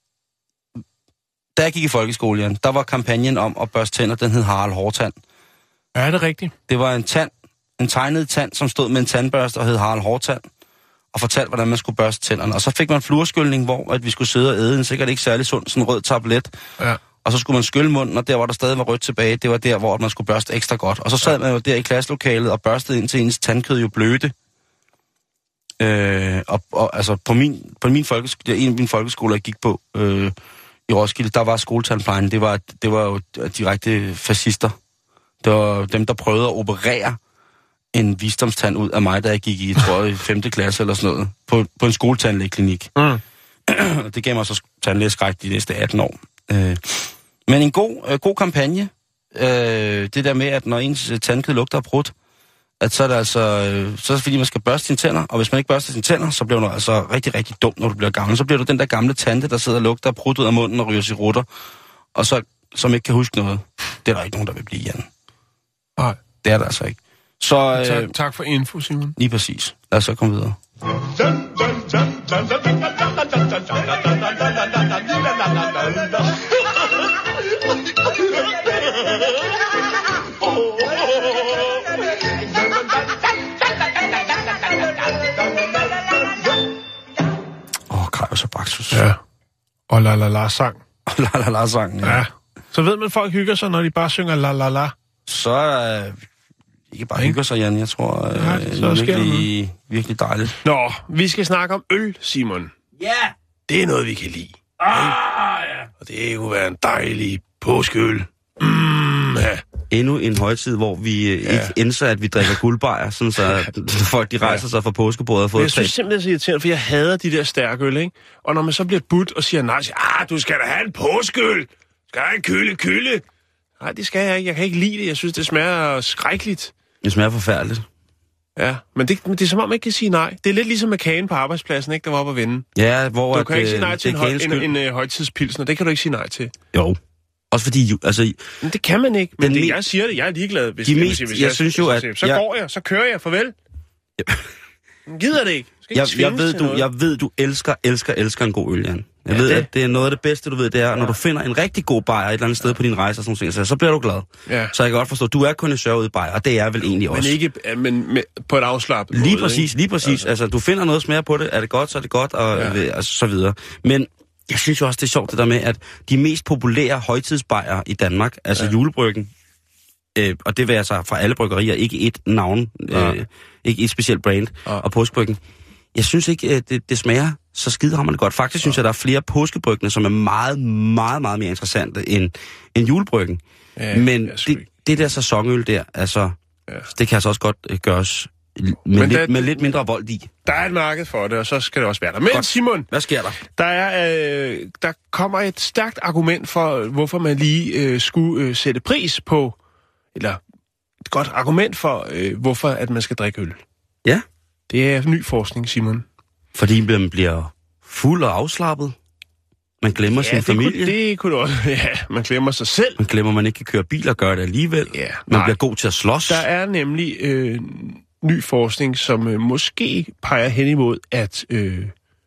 Da jeg gik i folkeskolen, der var kampagnen om at børste tænder, den hed Harald Hårtand. Ja, er det rigtigt? Det var en tand, en tegnet tand, som stod med en tandbørste og hed Harald Hårtand, og fortalte, hvordan man skulle børste tænderne. Og så fik man fluorskyldning, hvor at vi skulle sidde og æde en sikkert ikke særlig sund, sådan en rød tablet. Ja. Og så skulle man skylle munden, og der, hvor der stadig var rødt tilbage, det var der, hvor man skulle børste ekstra godt. Og så sad man jo der i klasselokalet og børstede ind til ens tandkød jo blødte. Øh, og, og altså på min, på min folkeskole, en af mine folkeskoler, jeg gik på øh, i Roskilde, der var skoletandplejen, det var, det var jo direkte fascister. Det var dem, der prøvede at operere en visdomstand ud af mig, da jeg gik i, tror jeg, femte klasse eller sådan noget, på, på en skoletandlægeklinik. Mm. Det gav mig så tandlægeskræk de næste atten år. Øh, men en god, øh, god kampagne, øh, det der med, at når ens tandkød lugter af brudt, at så er det altså, øh, så er det fordi, man skal børste sine tænder, og hvis man ikke børster sine tænder, så bliver du altså rigtig, rigtig dum, når du bliver gammel. Så bliver du den der gamle tante, der sidder og lugter af brudt ud af munden og ryger sig rutter, og så, som ikke kan huske noget. Det er der ikke nogen, der vil blive, Jan. Nej. Det er der altså ikke. Så, øh, tak, tak for info, Simon. Lige præcis. Lad os så komme videre. Åh, oh, Krejs og Baksus. Ja. Og la la la sang. la la la sang, ja. Ja. Så ved man, folk hygger sig, når de bare synger la la la. Så er øh, ikke bare hygger sig, Jan. Jeg tror, øh, ja, det er virkelig, virkelig dejligt. Nå, vi skal snakke om øl, Simon. Ja! Det er noget, vi kan lide. Ah, ja. Og det kunne være en dejlig påskeøl. Mm, ja. Endnu en højtid, hvor vi øh, ja. ikke indser, at vi drikker guldbajer, sådan så folk de rejser ja. sig fra påskebordet og får jeg synes simpelthen, det er irriterende, for jeg hader de der stærkøl, ikke? Og når man så bliver budt og siger nej, så siger, ah, du skal da have en påskeøl. Skal have en kølle, kølle. Nej, det skal jeg ikke. Jeg kan ikke lide det. Jeg synes, det smager skrækkeligt. Det smager forfærdeligt. Ja, men det, men det er som om, man ikke kan sige nej. Det er lidt ligesom med kagen på arbejdspladsen, ikke? Der var oppe at vende. Ja, hvor... Du at, kan ikke sige nej til en, høj, en, en, en, en højtidspilsner. Det kan du ikke sige nej til. Jo. Også fordi... Altså, men det kan man ikke. Men det, me- jeg siger det. Jeg er ligeglad. Hvis de det, mest, hvis jeg, jeg, jeg synes jo, at... Så jeg, går jeg. Så kører jeg. Farvel. Ja. Gider det ikke. Skal jeg, ikke jeg, ved, du, noget. jeg ved, du elsker, elsker, elsker en god øl, Jan. Jeg ja, ved, det. at det er noget af det bedste, du ved, det er, ja. når du finder en rigtig god bajer et eller andet sted på din rejse, og sådan noget, så bliver du glad. Ja. Så jeg kan godt forstå, at du er kun en sørg ude i bajer, og det er vel egentlig også. Men ikke men med, på et afslappet Lige måde, præcis, ikke? lige præcis. Altså. altså, du finder noget smager på det, er det godt, så er det godt, og ja. øh, altså, så videre. Men jeg synes jo også, det er sjovt det der med, at de mest populære højtidsbajer i Danmark, altså ja. julebryggen, øh, og det vil altså fra alle bryggerier, ikke et navn, ja. øh, ikke et specielt brand, ja. og påskebryggen. Jeg synes ikke, det, det smager så skidehammerende godt. Faktisk synes ja. jeg, der er flere påskebryggene, som er meget, meget, meget mere interessante end, end julebryggen. Ja, Men det, det der sæsonøl der, altså, ja. det kan altså også godt øh, gøres med, lidt, der, med lidt mindre vold i. Der er et marked for det, og så skal det også være der. Men godt. Simon, hvad sker der? Der, er, øh, der kommer et stærkt argument for, hvorfor man lige øh, skulle øh, sætte pris på, eller et godt argument for, øh, hvorfor at man skal drikke øl. Ja. Det er ny forskning, Simon. Fordi man bliver fuld og afslappet. Man glemmer ja, sin det familie. Kunne, det kunne du også. Ja, man glemmer sig selv. Man glemmer, man ikke kan køre bil og gøre det alligevel. Ja, man nej. bliver god til at slås. Der er nemlig øh, ny forskning, som øh, måske peger hen imod, at øh,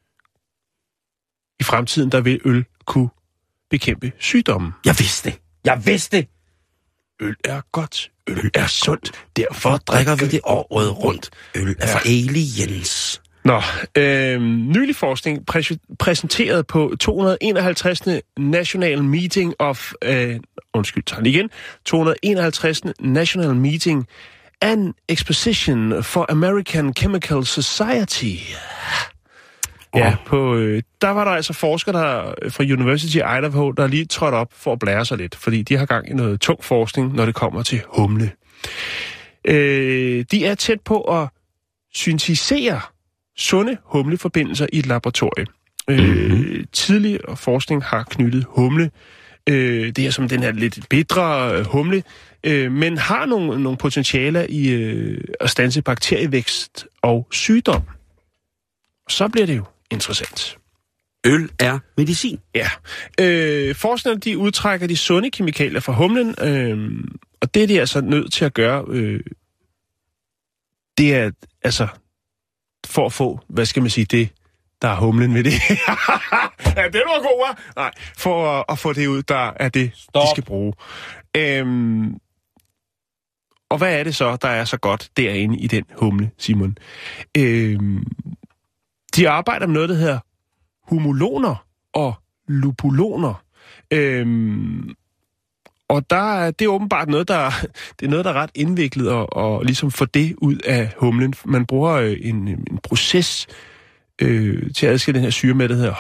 i fremtiden, der vil øl kunne bekæmpe sygdommen. Jeg vidste det. Jeg vidste det. Øl er godt. Øl er sundt. Derfor drikker vi det året rundt. Øl er for aliens. Nå, øh, nylig forskning præ- præsenteret på to hundrede og enoghalvtreds. National Meeting of... Øh, undskyld, tager igen. to hundrede og enoghalvtreds. National Meeting and Exposition for American Chemical Society. Ja, på, øh, der var der altså forskere der, fra University of Idaho, der lige trådte op for at blære sig lidt, fordi de har gang i noget tung forskning, når det kommer til humle. Øh, de er tæt på at syntetisere sunde humleforbindelser i et laboratorium. Mm-hmm. Øh, tidligere forskning har knyttet humle, øh, det er som den her lidt bitre øh, humle, øh, men har nogle, nogle potentialer i øh, at standse bakterievækst og sygdom. Så bliver det jo interessant. Øl er medicin. Ja. Øh, forskerne, de udtrækker de sunde kemikalier fra humlen, øh, og det er de altså nødt til at gøre. Øh, det er altså for at få, hvad skal man sige, det, der er humlen ved det. Ja, det var god, hva'? Nej, for at, at få det ud, der er det, Stop. de skal bruge. Øhm, og hvad er det så, der er så godt derinde i den humle, Simon? Øhm, de arbejder med noget, der hedder humuloner og lupuloner. Øhm, og der, det er åbenbart noget, der, det er noget, der er ret indviklet at, at ligesom få det ud af humlen. Man bruger en, en proces øh, til at adskille den her syre med, der hedder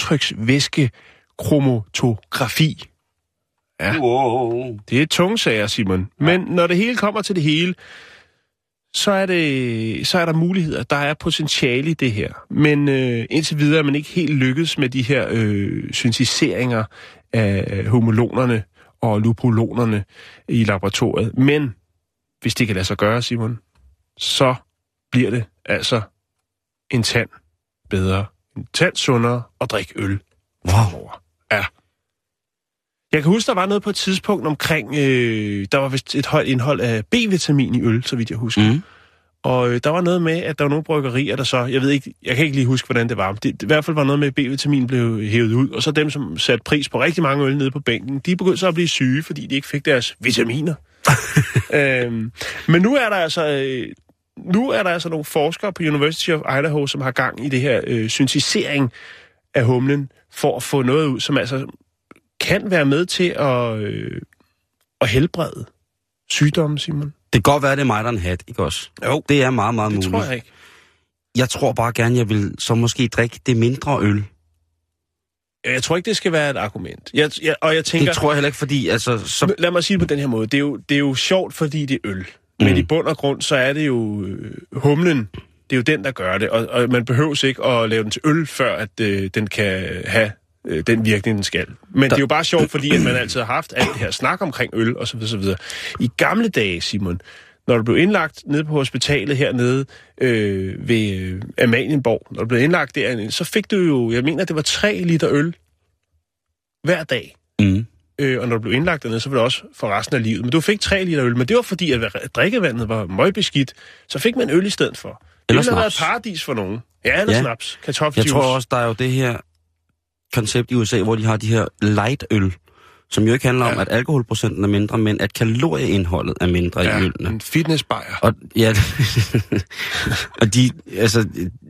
højtryksvæskekromatografi. Ja, wow. Det er tunge sager, Simon. Ja. Men når det hele kommer til det hele, så er, det, så er der muligheder. Der er potentiale i det her. Men øh, indtil videre er man ikke helt lykkedes med de her øh, syntetiseringer af homolonerne og lupulonerne i laboratoriet. Men hvis det kan lade sig gøre, Simon, så bliver det altså en tand bedre, en tand sundere at drikke øl. Wow. Ja. Jeg kan huske, der var noget på et tidspunkt omkring, øh, der var vist et højt indhold af B-vitamin i øl, så vidt jeg husker. Mm. Og øh, der var noget med, at der var nogle bryggerier, der så, jeg ved ikke, jeg kan ikke lige huske, hvordan det var. Det, det i hvert fald var noget med, at B-vitamin blev hævet ud, og så dem, som satte pris på rigtig mange øl nede på bænken, de begyndte så at blive syge, fordi de ikke fik deres vitaminer. øhm, men nu er der altså... Øh, Nu er der altså nogle forskere på University of Idaho, som har gang i det her øh, syntetisering af humlen, for at få noget ud, som altså kan være med til at, øh, at helbrede sygdomme, Simon. Det kan godt være, det er mig, der er en hat, ikke også? Jo. Det er meget, meget det muligt. Det tror jeg ikke. Jeg tror bare gerne, jeg vil så måske drikke det mindre øl. Jeg tror ikke, det skal være et argument. Jeg, jeg, og jeg tænker... Det tror jeg heller ikke, fordi... Altså, så... Lad mig sige det på den her måde. Det er jo, det er jo sjovt, fordi det er øl. Men mm. i bund og grund, så er det jo øh, humlen, det er jo den, der gør det. Og, og man behøver ikke at lave den til øl, før at øh, den kan have øh, den virkning, den skal. Men der... det er jo bare sjovt, fordi at man altid har haft alt det her snak omkring øl, og så videre, så videre. I gamle dage, Simon, når du blev indlagt nede på hospitalet hernede øh, ved øh, Amalienborg, når du blev indlagt der, så fik du jo, jeg mener, det var tre liter øl hver dag. Mm. Øh, og når du blev indlagt dernede, så var det også for resten af livet. Men du fik tre liter øl, men det var fordi, at drikkevandet var møgbeskidt. Så fik man øl i stedet for. Det ville have været paradis for nogen. Ja, eller ja. snaps, kartoffeljuice. Jeg tror også, der er jo det her koncept i U S A, hvor de har de her light-øl, som jo ikke handler ja. om, at alkoholprocenten er mindre, men at kalorieindholdet er mindre ja, i ølene. en fitnessbajer. Og, ja, og de, altså...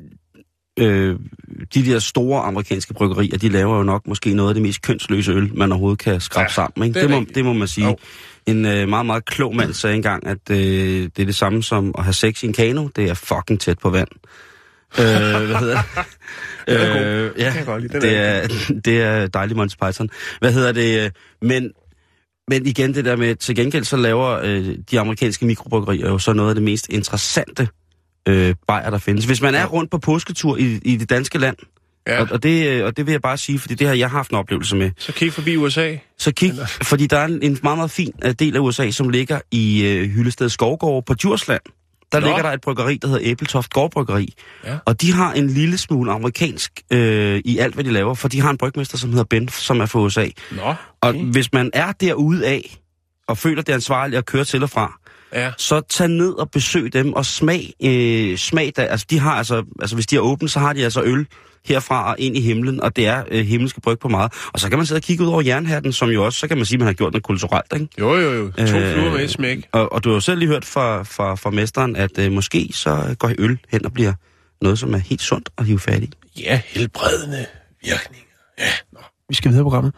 Øh, de der store amerikanske bryggerier, de laver jo nok måske noget af det mest kønsløse øl, man overhovedet kan skrabe ja, sammen. Ikke? Det, det, må, det må man sige. Oh. En øh, meget, meget klog mand sagde engang, at øh, det er det samme som at have sex i en kano. Det er fucking tæt på vand. øh, hvad hedder det? øh, ja, det er, det er dejligt Monty Python. Hvad hedder det? Men, men igen det der med, til gengæld så laver øh, de amerikanske mikrobryggerier jo så noget af det mest interessante Øh, bajer, der findes. Hvis man er rundt på påsketur i, i det danske land, ja. og, og, det, og det vil jeg bare sige, fordi det har jeg haft en oplevelse med. Så kig forbi U S A. Så kig, Eller? fordi der er en, en meget, meget fin del af U S A, som ligger i øh, Hyllested Skovgård på Djursland. Der Nå. ligger der et bryggeri, der hedder Æbeltoft Gårdbryggeri. Ja. Og de har en lille smule amerikansk øh, i alt, hvad de laver, for de har en brygmester, som hedder Ben, som er fra U S A. Nå, okay. Og hvis man er derude af, og føler, det er ansvarligt at køre til og fra, ja. så tag ned og besøg dem og smag, øh, smag der. Altså, de har altså, altså, hvis de er åbne, så har de altså øl herfra og ind i himlen, og det er øh, himmelske bryg på meget. Og så kan man sidde og kigge ud over jernhatten, som jo også, så kan man sige, at man har gjort noget kulturelt, ikke? Jo, jo, jo. To øh, fluer med et smæk. Og, og du har jo selv lige hørt fra, fra, fra mesteren, at øh, måske så går øl hen og bliver noget, som er helt sundt at hive fat i. Ja, helbredende virkninger. Ja, nå. Vi skal videre på programmet.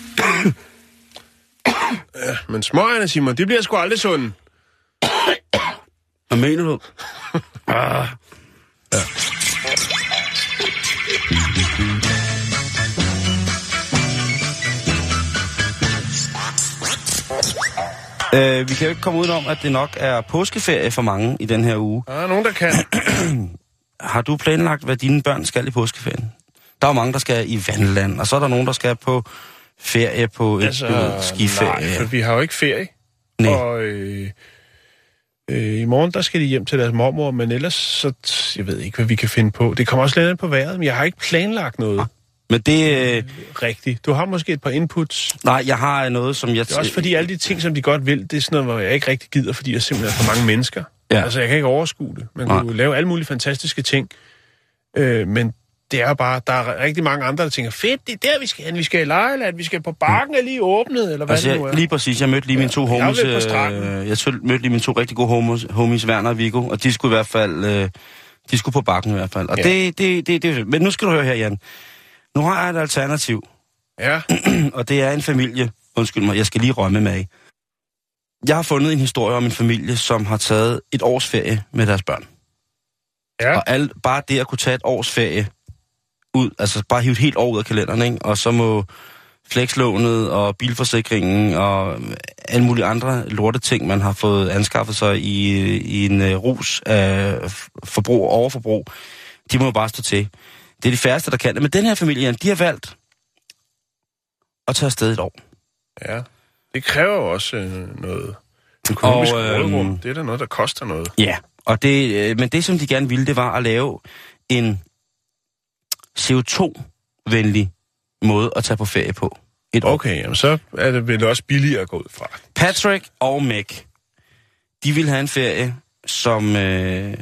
Ja, men smøgerne, Simon, det bliver sgu aldrig sunde. Hvad mener du? ah. Ja. Øh, vi kan jo ikke komme udenom, at det nok er påskeferie for mange i den her uge. Der er nogen, der kan. Har du planlagt, hvad dine børn skal i påskeferien? Der er jo mange, der skal i vandland, og så er der nogen, der skal på ferie på et altså, skiferie. Nej, for vi har jo ikke ferie. Nej. Og øh, øh, i morgen, der skal de hjem til deres mormor, men ellers, så jeg ved ikke, hvad vi kan finde på. Det kommer også lidt an på vejret, men jeg har ikke planlagt noget. Ah, men det... Øh... Rigtigt. Du har måske et par inputs. Nej, jeg har noget, som jeg... Det er også fordi alle de ting, som de godt vil, det er sådan noget, hvor jeg ikke rigtig gider, fordi jeg simpelthen er for mange mennesker. Ja. Altså, jeg kan ikke overskue det. Man kan jo lave alle mulige fantastiske ting, øh, men det er bare, der er rigtig mange andre, der tænker, fedt, det er der, vi skal hen. Vi skal i Lejeland, vi skal på Bakken, er lige åbnet, eller hvad altså, det nu er. Lige præcis, jeg mødte lige mine to ja, homies. Jeg, øh, jeg mødte lige mine to rigtig gode homies, homies Werner og Viggo, og de skulle i hvert fald, øh, de skulle på Bakken i hvert fald. Og ja. det, det, det, det, men nu skal du høre her, Jan. Nu har jeg et alternativ. Ja. Og det er en familie, undskyld mig, jeg skal lige rømme med af. Jeg har fundet en historie om en familie, som har taget et års ferie med deres børn. Ja. Og al, bare det at kunne tage et års ferie ud, altså bare hive et helt år ud af kalenderen, ikke? Og så må flekslånet og bilforsikringen og alle mulige andre lorte ting, man har fået anskaffet sig i, i en uh, rus af forbrug og overforbrug, de må jo bare stå til. Det er de færreste, der kan det. Men den her familie, de har valgt at tage afsted et år. Ja, det kræver jo også øh, noget økonomisk råderum. Det er da noget, der koster noget. Ja, og det, øh, men det, som de gerne ville, det var at lave en C O to-venlig måde at tage på ferie på. Et år. Okay, jamen så er det vel også billigere at gå ud fra. Patrick og Meg, de ville have en ferie, som... Øh,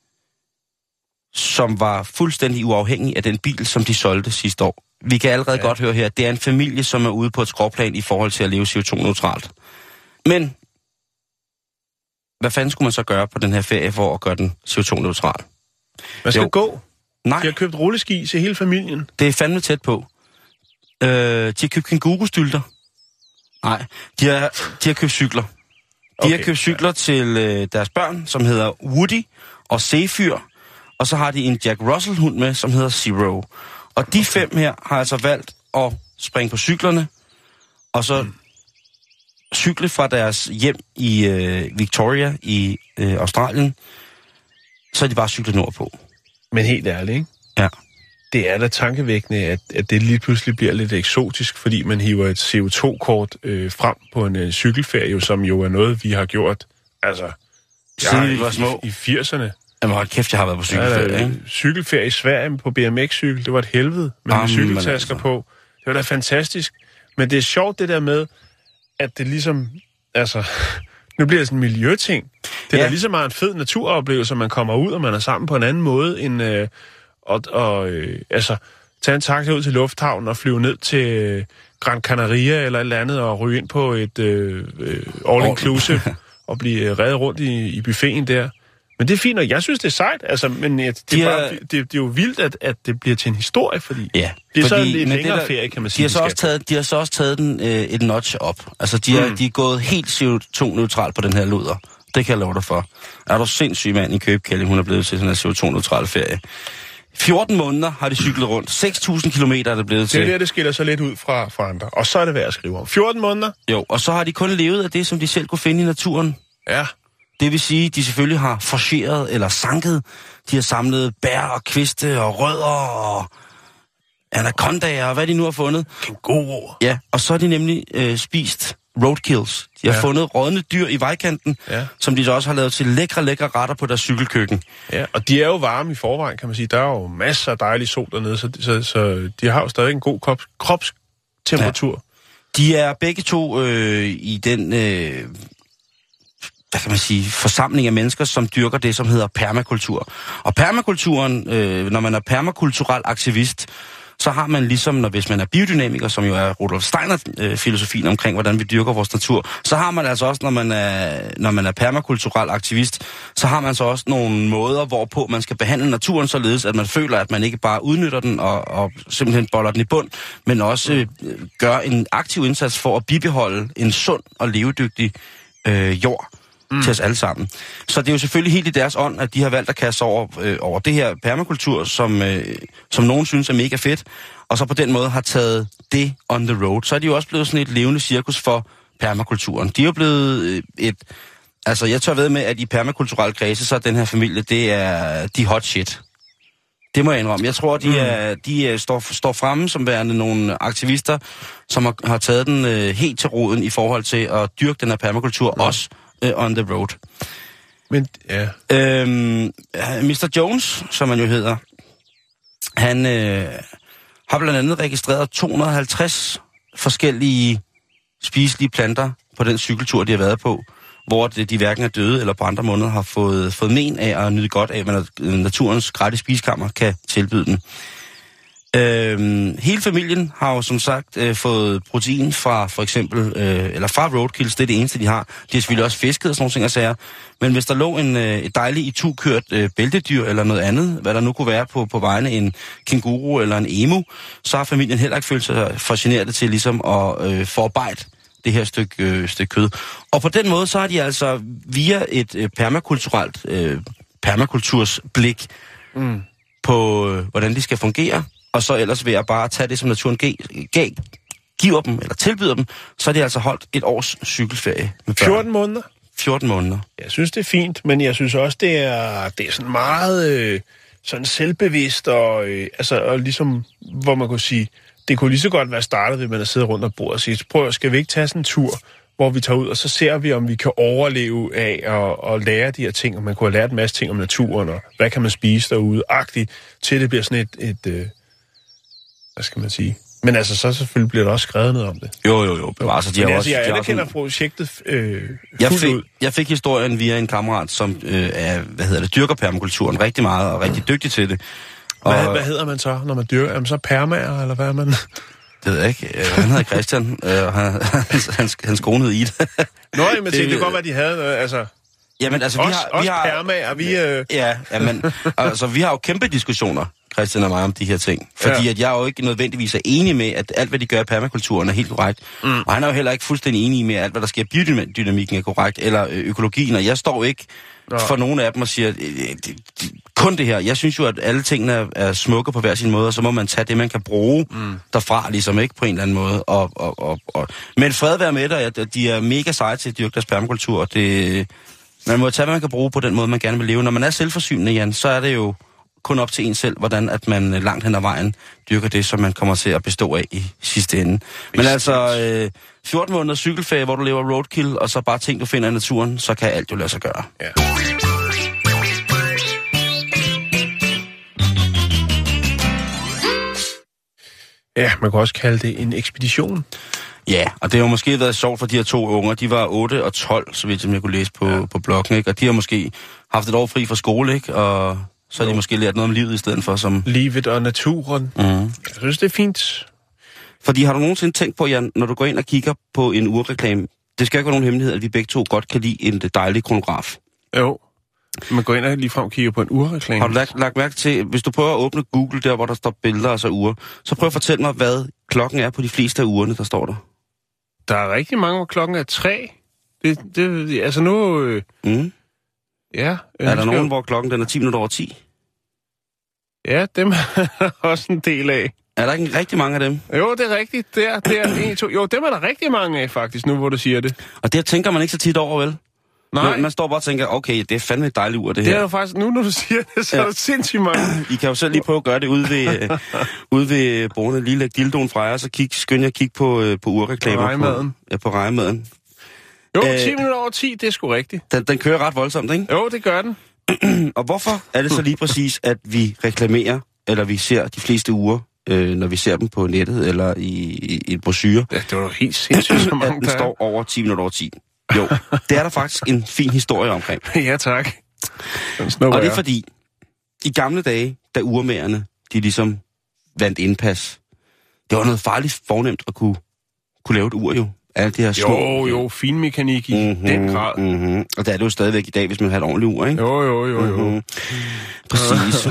som var fuldstændig uafhængig af den bil, som de solgte sidste år. Vi kan allerede ja. godt høre her, det er en familie, som er ude på et skråplan i forhold til at leve C O to-neutralt. Men, hvad fanden skulle man så gøre på den her ferie for at gøre den C O to-neutral? Man skal jo. gå. Nej. De har købt rulleski til hele familien. Det er fandme tæt på. Øh, de har købt kængurustylter. Nej, de har, de har købt cykler. De okay. har købt cykler ja. til øh, deres børn, som hedder Woody og Zephyr. Og så har de en Jack Russell-hund med, som hedder Zero. Og de okay. fem her har altså valgt at springe på cyklerne, og så mm. cykle fra deres hjem i øh, Victoria i øh, Australien, så er de bare cyklet nordpå. Men helt ærligt, ikke? Ja. Det er da tankevækkende, at, at det lige pludselig bliver lidt eksotisk, fordi man hiver et C O to-kort øh, frem på en øh, cykelferie, som jo er noget, vi har gjort, altså, siden vi var små. I, i firserne. Jamen hold kæft, jeg har været på cykelferie, ja, ikke? Cykelferie i Sverige på B M X-cykel, det var et helvede med Jamen, cykeltasker altså. på. Det var da fantastisk. Men det er sjovt det der med, at det ligesom, altså, nu bliver det sådan en miljøting. Det er ja. da ligesom meget en fed naturoplevelse, man kommer ud, og man er sammen på en anden måde, end øh, og, og, øh, altså, tage en taxa ud til lufthavnen og flyve ned til øh, Gran Canaria eller et eller andet, og ryge ind på et øh, øh, all-inclusive, og blive reddet rundt i, i buffeten der. Men det er fint, og jeg synes, det er sejt, altså, men det, det, er, er, bare, det, det er jo vildt, at, at det bliver til en historie, fordi ja, det er fordi, så en længere der, ferie, kan man de sige. Har så også taget, de har så også taget den øh, et notch op. Altså, de, mm. er, de er gået helt C O to-neutral på den her luder. Det kan jeg love dig for. Er du sindssyg mand i Købekælling, hun er blevet til sådan en C O to-neutral ferie. fjorten måneder har de cyklet rundt. seks tusind kilometer er det blevet til. Det er der, det skiller sig lidt ud fra, fra andre. Og så er det værd at skrive om. fjorten måneder? Jo, og så har de kun levet af det, som de selv kunne finde i naturen. Ja. Det vil sige, at de selvfølgelig har forceret eller sanket. De har samlet bær og kviste og rødder og anacondaer og hvad de nu har fundet. Kænguruer. Ja, og så har de nemlig øh, spist roadkills. De har ja. fundet rådne dyr i vejkanten, ja. som de så også har lavet til lækre, lækre retter på deres cykelkøkken. Ja, og de er jo varme i forvejen, kan man sige. Der er jo masser af dejlig sol dernede, så, så, så de har jo stadig en god krop, kropstemperatur. Ja. De er begge to øh, i den... Øh, hvad kan man sige, forsamling af mennesker, som dyrker det, som hedder permakultur. Og permakulturen, øh, når man er permakulturel aktivist, så har man ligesom, når hvis man er biodynamiker, som jo er Rudolf Steiner-filosofien øh, omkring, hvordan vi dyrker vores natur, så har man altså også, når man er, når man er permakulturel aktivist, så har man så også nogle måder, hvorpå man skal behandle naturen således, at man føler, at man ikke bare udnytter den og, og simpelthen boller den i bund, men også øh, gør en aktiv indsats for at bibeholde en sund og levedygtig øh, jord. mm. til os alle sammen. Så det er jo selvfølgelig helt i deres ånd, at de har valgt at kaste over, øh, over det her permakultur, som, øh, som nogen synes er mega fedt, og så på den måde har taget det on the road. Så er de jo også blevet sådan et levende cirkus for permakulturen. De er jo blevet øh, et... Altså, jeg tør ved med, at i permakulturelle kredse, så er den her familie, det er de hot shit. Det må jeg indrømme. Jeg tror, de, er, de er, står, står fremme som værende nogle aktivister, som har, har taget den øh, helt til roden i forhold til at dyrke den her permakultur, ja. Også øh, on the road. Men, ja. Øhm, mister Jones, som han jo hedder, han øh, har blandt andet registreret to hundrede og halvtreds forskellige spiselige planter på den cykeltur, de har været på, hvor de hverken er døde eller på andre måneder har fået, fået men af at nyde godt af, hvad naturens gratis spisekammer kan tilbyde dem. Øhm, hele familien har jo som sagt øh, fået protein fra for eksempel, øh, eller fra roadkills, det er det eneste, de har. De har selvfølgelig også fisket og sådan nogle ting og sager. Men hvis der lå en øh, et dejligt itu-kørt øh, bæltedyr eller noget andet, hvad der nu kunne være på, på vejene, en kænguru eller en emu, så har familien heller ikke følt sig fascineret til ligesom at øh, forarbejde det her stykke, øh, stykke kød. Og på den måde, så har de altså via et øh, permakulturelt øh, permakultursblik mm. på, øh, hvordan de skal fungere, og så ellers ved at bare tage det, som naturen gav, gav, giver dem, eller tilbyder dem, så har de altså holdt et års cykelferie med børn. fjorten måneder? fjorten måneder. Jeg synes, det er fint, men jeg synes også, det er, det er sådan meget øh, sådan selvbevidst, og, øh, altså, og ligesom, hvor man kunne sige, det kunne lige så godt være startet ved, at man har siddet rundt om bordet og sige, prøv, skal vi ikke tage sådan en tur, hvor vi tager ud, og så ser vi, om vi kan overleve af at, at lære de her ting, og man kunne have lært en masse ting om naturen, og hvad kan man spise derude, agtigt, til det bliver sådan et, et øh, hvad skal man sige. Men altså, så selvfølgelig bliver der også skrevet noget om det. Jo, jo, jo. jo. Altså, de Men har altså, også, jeg de anerkender også... projektet øh, jeg fuldt fik, ud. Jeg fik historien via en kammerat, som øh, er, hvad hedder det, dyrker permakulturen rigtig meget, og rigtig dygtig til det. Og... Hvad, hvad hedder man så, når man dyrker? Er man så permaer, eller hvad er man? Det ved jeg ikke. Han hedder Christian, og hans, hans, hans kone hed Ida. Nå, men det, det kan godt være, de havde noget, altså... Jamen, altså, vi også, har... Også vi har, permaer, vi... Øh... Ja, jamen, altså, vi har jo kæmpe diskussioner, Christian og mig, om de her ting. Fordi ja. At jeg jo ikke nødvendigvis er enig med, at alt, hvad de gør i permakulturen, er helt korrekt. Mm. Og han er jo heller ikke fuldstændig enig med, at alt, hvad der sker i biodynamikken, er korrekt, eller økologien. Og jeg står ikke Nå. for nogle af dem og siger, kun det her. Jeg synes jo, at alle tingene er, er smukke på hver sin måde, og så må man tage det, man kan bruge mm. derfra, ligesom ikke på en eller anden måde. Og, og, og, og. Men fred være med dig, at de er mega seje til at dyrke deres permakultur, og det... Man må tage, hvad man kan bruge på den måde, man gerne vil leve. Når man er selvforsynende, Jan, så er det jo kun op til en selv, hvordan at man langt hen ad vejen dyrker det, som man kommer til at bestå af i sidste ende. Men altså, øh, fjorten måneder cykelferie, hvor du lever roadkill, og så bare ting, du finder i naturen, så kan alt jo lade sig gøre. Ja. Ja, man kan også kalde det en ekspedition. Ja, og det har måske været sjovt for de her to unger. De var otte og tolv, så vidt som jeg kunne læse på, ja. på bloggen, ikke? Og de har måske haft et år fri fra skole, ikke? Og så har de måske lært noget om livet i stedet for som... Livet og naturen. Mm. Jeg synes, det er fint. Fordi har du nogensinde tænkt på, Jan, når du går ind og kigger på en urreklame, det skal ikke være nogen hemmelighed, at vi begge to godt kan lide en dejlig kronograf. Jo. Man går ind og lige frem og kigger på en urreklame. Har du lagt, lagt mærke til, hvis du prøver at åbne Google, der hvor der står billeder og så ure, så prøv at fortælle mig, hvad klokken er på de fleste af urene, der står der. Der er rigtig mange, hvor klokken er tre. Det, det, altså nu... Øh, mm. Ja. Er der nogen, hvor klokken den er ti minutter over ti? Ja, dem er også en del af. Er der ikke rigtig mange af dem? Jo, det er rigtigt. Der, der, en, to. Jo, dem er der rigtig mange af, faktisk, nu hvor du siger det. Og det tænker man ikke så tit over, vel? Nej. Man, man står bare og tænker, okay, det er fandme et dejligt ur, det her. Det er jo faktisk, nu når du siger det, så ja. Er der sindssygt mange. I kan jo selv lige prøve at gøre det ude ved, uh, ude ved brugerne. Lige lægge dildoen fra jer, og så kig, skynd jer at kigge på, uh, på urreklamer. På rejemaden. På, ja, på rejemaden. Jo, uh, ti minutter over ti, det er sgu rigtigt. Den, den kører ret voldsomt, ikke? Jo, det gør den. Og hvorfor er det så lige præcis, at vi reklamerer, eller vi ser de fleste uger, øh, når vi ser dem på nettet, eller i, i, i en brochure? Ja, det var jo helt sindssygt, så mange at den står over ti minutter over ti. Jo, det er der faktisk en fin historie omkring. Ja, tak. Og det er fordi, i gamle dage, da urmagerne, de ligesom vandt indpas, det var noget farligt fornemt at kunne, kunne lave et ur jo. Alle de her små... Jo, jo, finmekanik i mm-hmm, den grad. Mm-hmm. Og det er det jo stadigvæk i dag, hvis man har et ordentligt ur, ikke? Jo, jo, jo, jo. Mm-hmm. Præcis.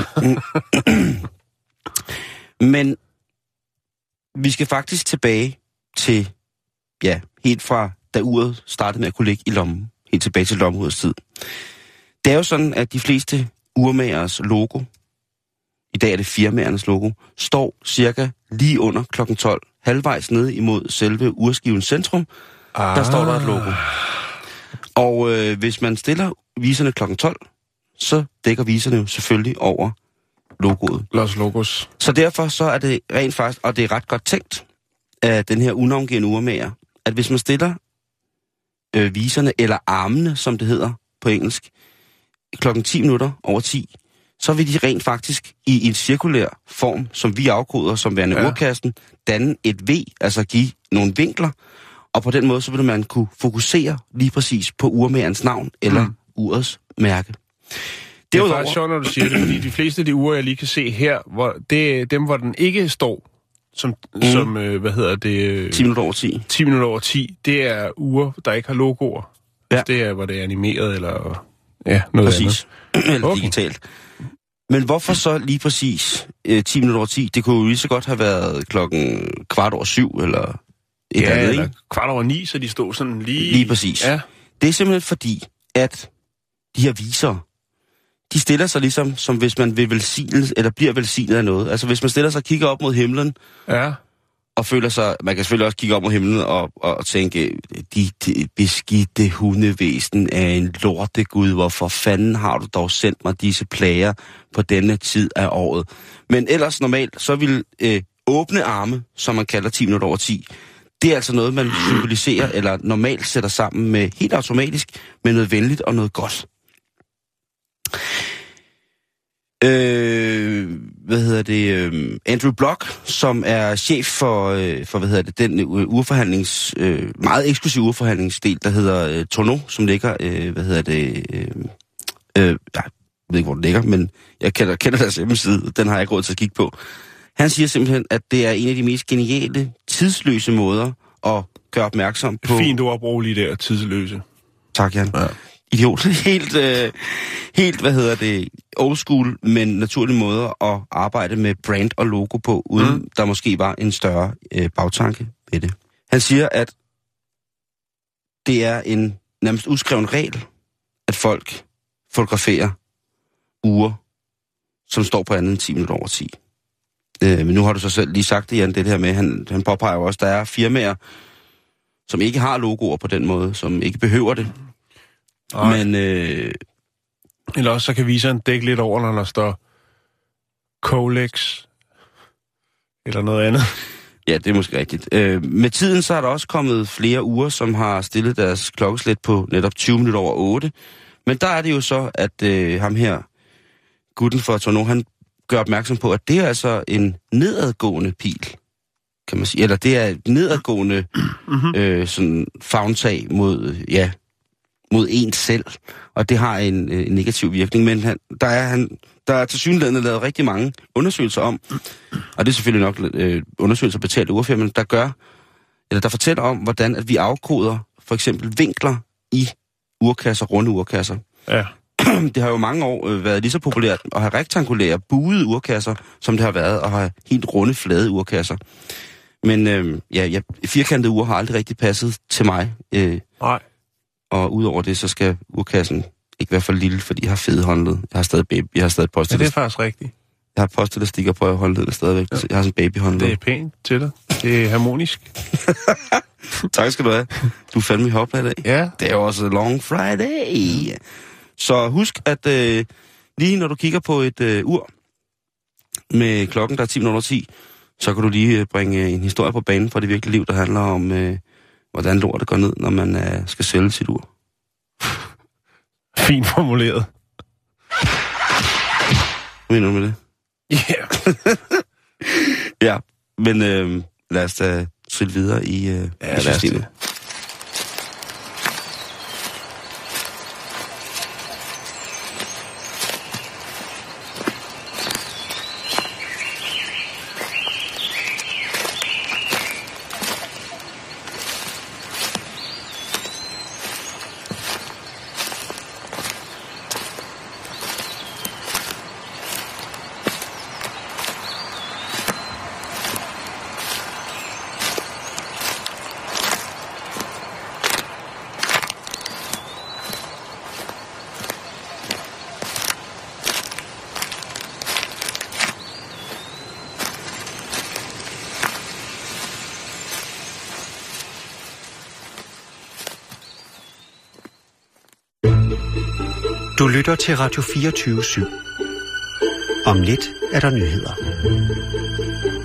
Men vi skal faktisk tilbage til, ja, helt fra da uret startede med at kunne ligge i lommen. helt tilbage til Lomhudets tid. Det er jo sådan, at de fleste urmagers logo, i dag er det firmaernes logo, står cirka lige under klokken tolv, halvvejs nede imod selve urskivens centrum. Ah. Der står der et logo. Og øh, hvis man stiller viserne klokken tolv, så dækker viserne jo selvfølgelig over logoet. Los Logos. Så derfor så er det rent faktisk, og det er ret godt tænkt, af den her unavngivende urmager, at hvis man stiller øh, viserne, eller armene, som det hedder på engelsk, klokken ti minutter over ti, så vil de rent faktisk i en cirkulær form, som vi afkoder som værende ja. urkasten, danne et V, altså give nogle vinkler, og på den måde så vil man kunne fokusere lige præcis på urmagerens navn eller mm. urets mærke. Det er faktisk sjovt, når du siger det, fordi de fleste af de uger, jeg lige kan se her, hvor det er dem, hvor den ikke står, som, mm. som øh, hvad hedder det? ti minutter over ti. ti minutter over ti, det er uger, der ikke har logoer. Ja. Altså, det er, hvor det er animeret, eller ja, noget præcis. andet. Eller okay. digitalt. Men hvorfor så lige præcis øh, ti minutter over ti? Det kunne jo lige så godt have været klokken kvart over syv, eller et ja, andet, eller ikke? kvart over ni, så de stod sådan lige... Lige præcis. Ja. Det er simpelthen fordi, at de her visere, de stiller sig ligesom, som hvis man vil velsignes, eller bliver velsignet af noget. Altså hvis man stiller sig og kigger op mod himlen, ja. og føler sig, man kan selvfølgelig også kigge op mod himlen og, og tænke, de, de beskidte hundevæsen er en lortegud, hvorfor fanden har du dog sendt mig disse plager på denne tid af året? Men ellers normalt, så vil øh, åbne arme, som man kalder ti minutter over ti, det er altså noget, man symboliserer, eller normalt sætter sammen med, helt automatisk, med noget venligt og noget godt. Øh, hvad hedder det? Øh, Andrew Block, som er chef for, øh, for hvad hedder det, den uh, urforhandlings, øh, meget eksklusiv urforhandlingsdel, der hedder øh, Torno, som ligger, øh, hvad hedder det, øh, øh, jeg ved ikke, hvor den ligger, men jeg kender, kender deres hjemmeside, den har jeg råd til at kigge på. Han siger simpelthen, at det er en af de mest geniale, tidsløse måder at gøre opmærksom på... Fint ord at bruge lige der, tidsløse. Tak, Jan. Ja. Idiot. Helt, øh, helt, hvad hedder det, old school, men naturlige måder at arbejde med brand og logo på, uden mm. der måske var en større øh, bagtanke ved det. Han siger, at det er en nærmest udskreven regel, at folk fotograferer uger, som står på andet end ti minutter over ti. Øh, men nu har du så selv lige sagt det, Jan, det her med, han, han påpeger jo også, der er firmaer, som ikke har logoer på den måde, som ikke behøver det. Nej. Men, øh... Eller også så kan viseren dække lidt over, når der står Colex eller noget andet. Ja, det er måske rigtigt. Øh, med tiden så er der også kommet flere uger, som har stillet deres klokkeslæt på netop tyve minutter over otte. Men der er det jo så, at øh, ham her, gutten fra Torno, han gør opmærksom på, at det er altså en nedadgående pil, kan man sige. Eller det er et nedadgående øh, sådan favntag mod, ja, mod en selv, og det har en, en negativ virkning, men han, der er han, der er tilsyneladende lavet rigtig mange undersøgelser om, og det er selvfølgelig nok øh, undersøgelser betalt af urfirmaen, der gør, eller der fortæller om, hvordan at vi afkoder for eksempel vinkler i urkasser, runde urkasser. Ja. Det har jo mange år øh, været lige så populært at have rektangulære, buede urkasser, som det har været at have helt runde, flade urkasser. Men øh, ja, ja, firkantede ure har aldrig rigtig passet til mig. Øh, Nej. Og udover det, så skal urkassen ikke være for lille, fordi jeg har fede håndled. Jeg har stadig baby, jeg har stadig postet. Ja, det er faktisk rigtigt. Jeg har postet, der stikker på håndledet stadigvæk. Ja. Jeg har sådan en babyhåndled. Det er pænt til dig. Det er harmonisk. Tak skal du have. Du er fandme i hopla i dag. Ja. Det er jo også Long Friday. Så husk, at øh, lige når du kigger på et øh, ur med klokken, der er ti minutter ti, så kan du lige øh, bringe en historie på banen fra det virkelige liv, der handler om... Øh, hvordan lortet går ned, når man uh, skal sælge sit ur. Fint formuleret. Hvad mener du med det? Ja. Yeah. Ja, men uh, lad os da sælge videre i, uh, ja, i systemet. Du lytter til Radio fireogtyve syv. Om lidt er der nyheder.